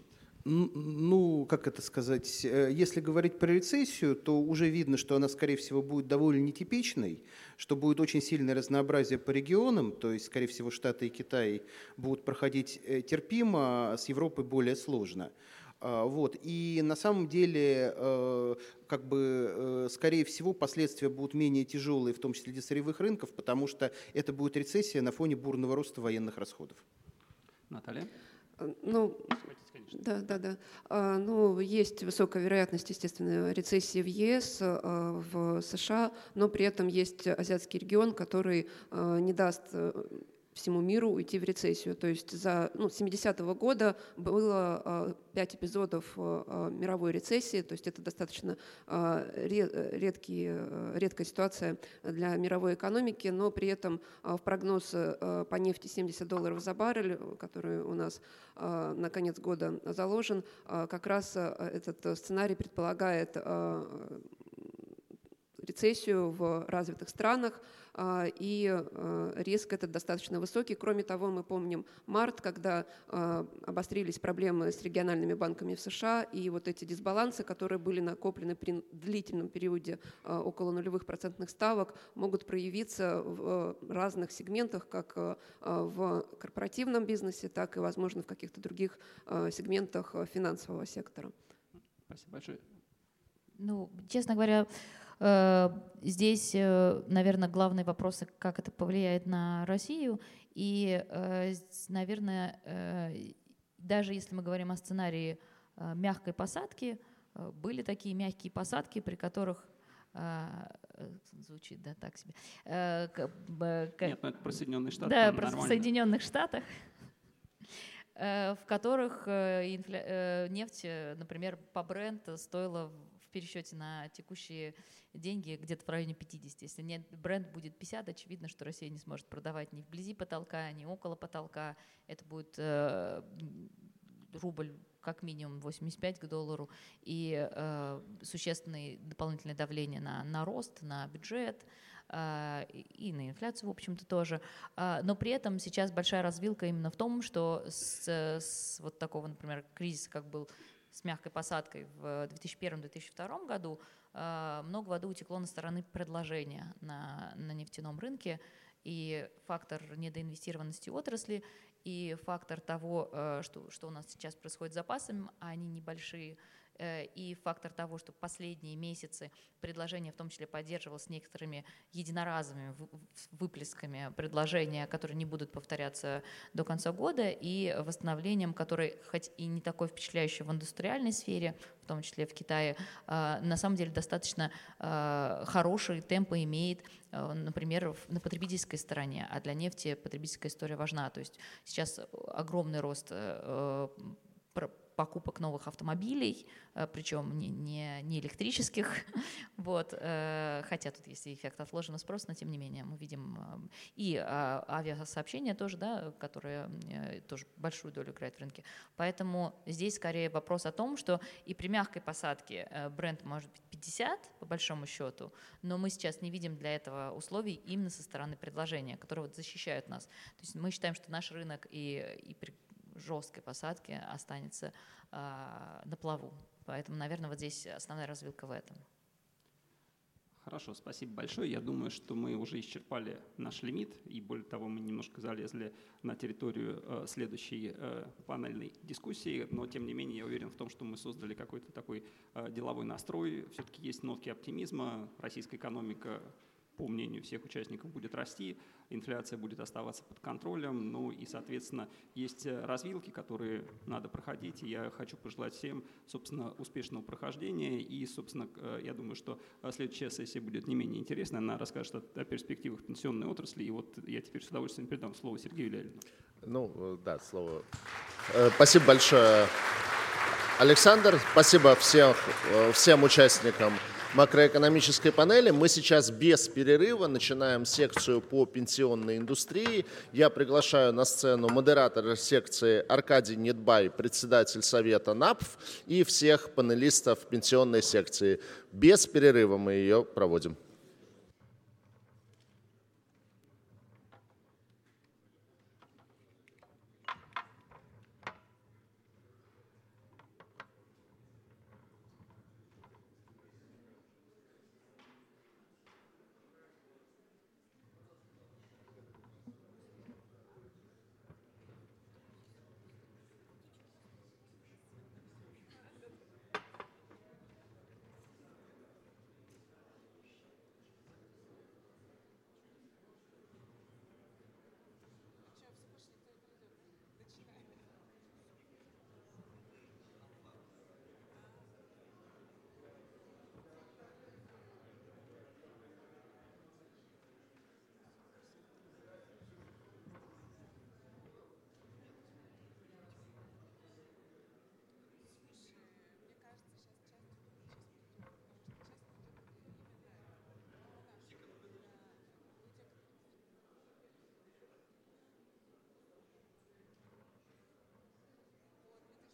Ну, как это сказать, если говорить про рецессию, то уже видно, что она, скорее всего, будет довольно нетипичной, что будет очень сильное разнообразие по регионам, то есть, скорее всего, Штаты и Китай будут проходить терпимо, а с Европой более сложно. Вот. И на самом деле, как бы, скорее всего, последствия будут менее тяжелые, в том числе для сырьевых рынков, потому что это будет рецессия на фоне бурного роста военных расходов. Наталья? Ну, да, да, да. А, ну, есть высокая вероятность, естественно, рецессии в ЕС, а, в США, но при этом есть азиатский регион, который а, не даст всему миру уйти в рецессию. То есть за ну, с семидесятого года было пять эпизодов а, мировой рецессии, то есть это достаточно а, редкий, редкая ситуация для мировой экономики, но при этом а, в прогноз а, по нефти семьдесят долларов за баррель, который у нас а, на конец года заложен, а, как раз а, этот сценарий предполагает а, рецессию в развитых странах, и риск этот достаточно высокий. Кроме того, мы помним март, когда обострились проблемы с региональными банками в США, и вот эти дисбалансы, которые были накоплены при длительном периоде около нулевых процентных ставок, могут проявиться в разных сегментах, как в корпоративном бизнесе, так и, возможно, в каких-то других сегментах финансового сектора. Спасибо большое. Ну, честно говоря, здесь, наверное, главные вопросы, как это повлияет на Россию. И, наверное, даже если мы говорим о сценарии мягкой посадки, были такие мягкие посадки, при которых звучит, да, так себе. Нет, ну это про Соединенные Штаты. Да, про Соединенных Штатах, в которых нефть, например, по Brent стоила в пересчете на текущие деньги где-то в районе пятидесяти. Если нет, бренд будет пятьдесят, очевидно, что Россия не сможет продавать ни вблизи потолка, ни около потолка. Это будет э, рубль как минимум восемьдесят пять к доллару и э, существенное дополнительное давление на, на рост, на бюджет э, и на инфляцию, в общем-то, тоже. Э, но при этом сейчас большая развилка именно в том, что с, с вот такого, например, кризиса, как был с мягкой посадкой в две тысячи первом — две тысячи втором году, много воды утекло на стороны предложения на, на нефтяном рынке, и фактор недоинвестированности отрасли, и фактор того, что, что у нас сейчас происходит с запасами, они небольшие, и фактор того, что последние месяцы предложение в том числе поддерживалось некоторыми единоразовыми выплесками предложения, которые не будут повторяться до конца года, и восстановлением, который хоть и не такой впечатляющий в индустриальной сфере, в том числе в Китае, на самом деле достаточно хорошие темпы имеет, например, на потребительской стороне, а для нефти потребительская история важна. То есть сейчас огромный рост покупок новых автомобилей, причем не, не, не электрических, вот, хотя тут есть эффект отложенного спроса, но тем не менее мы видим и авиасообщения тоже, да, которые тоже большую долю играют в рынке. Поэтому здесь скорее вопрос о том, что и при мягкой посадке бренд может быть пятьдесят по большому счету, но мы сейчас не видим для этого условий именно со стороны предложения, которые вот защищают нас. То есть мы считаем, что наш рынок и, и при жесткой посадке останется э, на плаву. Поэтому, наверное, вот здесь основная развилка в этом. Хорошо, спасибо большое. Я думаю, что мы уже исчерпали наш лимит, и более того, мы немножко залезли на территорию э, следующей э, панельной дискуссии, но тем не менее я уверен в том, что мы создали какой-то такой э, деловой настрой. Все-таки есть нотки оптимизма, российская экономика, по мнению всех участников, будет расти, инфляция будет оставаться под контролем, ну и, соответственно, есть развилки, которые надо проходить, и я хочу пожелать всем, собственно, успешного прохождения, и, собственно, я думаю, что следующая сессия будет не менее интересной, она расскажет о, о перспективах пенсионной отрасли, и вот я теперь с удовольствием передам слово Сергею Лялину. Ну, да, слово. Спасибо большое, Александр, спасибо всем, всем участникам макроэкономической панели. Мы сейчас без перерыва начинаем секцию по пенсионной индустрии. Я приглашаю на сцену модератора секции Аркадий Нетбай, председатель совета НАПФ, и всех панелистов пенсионной секции. Без перерыва мы ее проводим.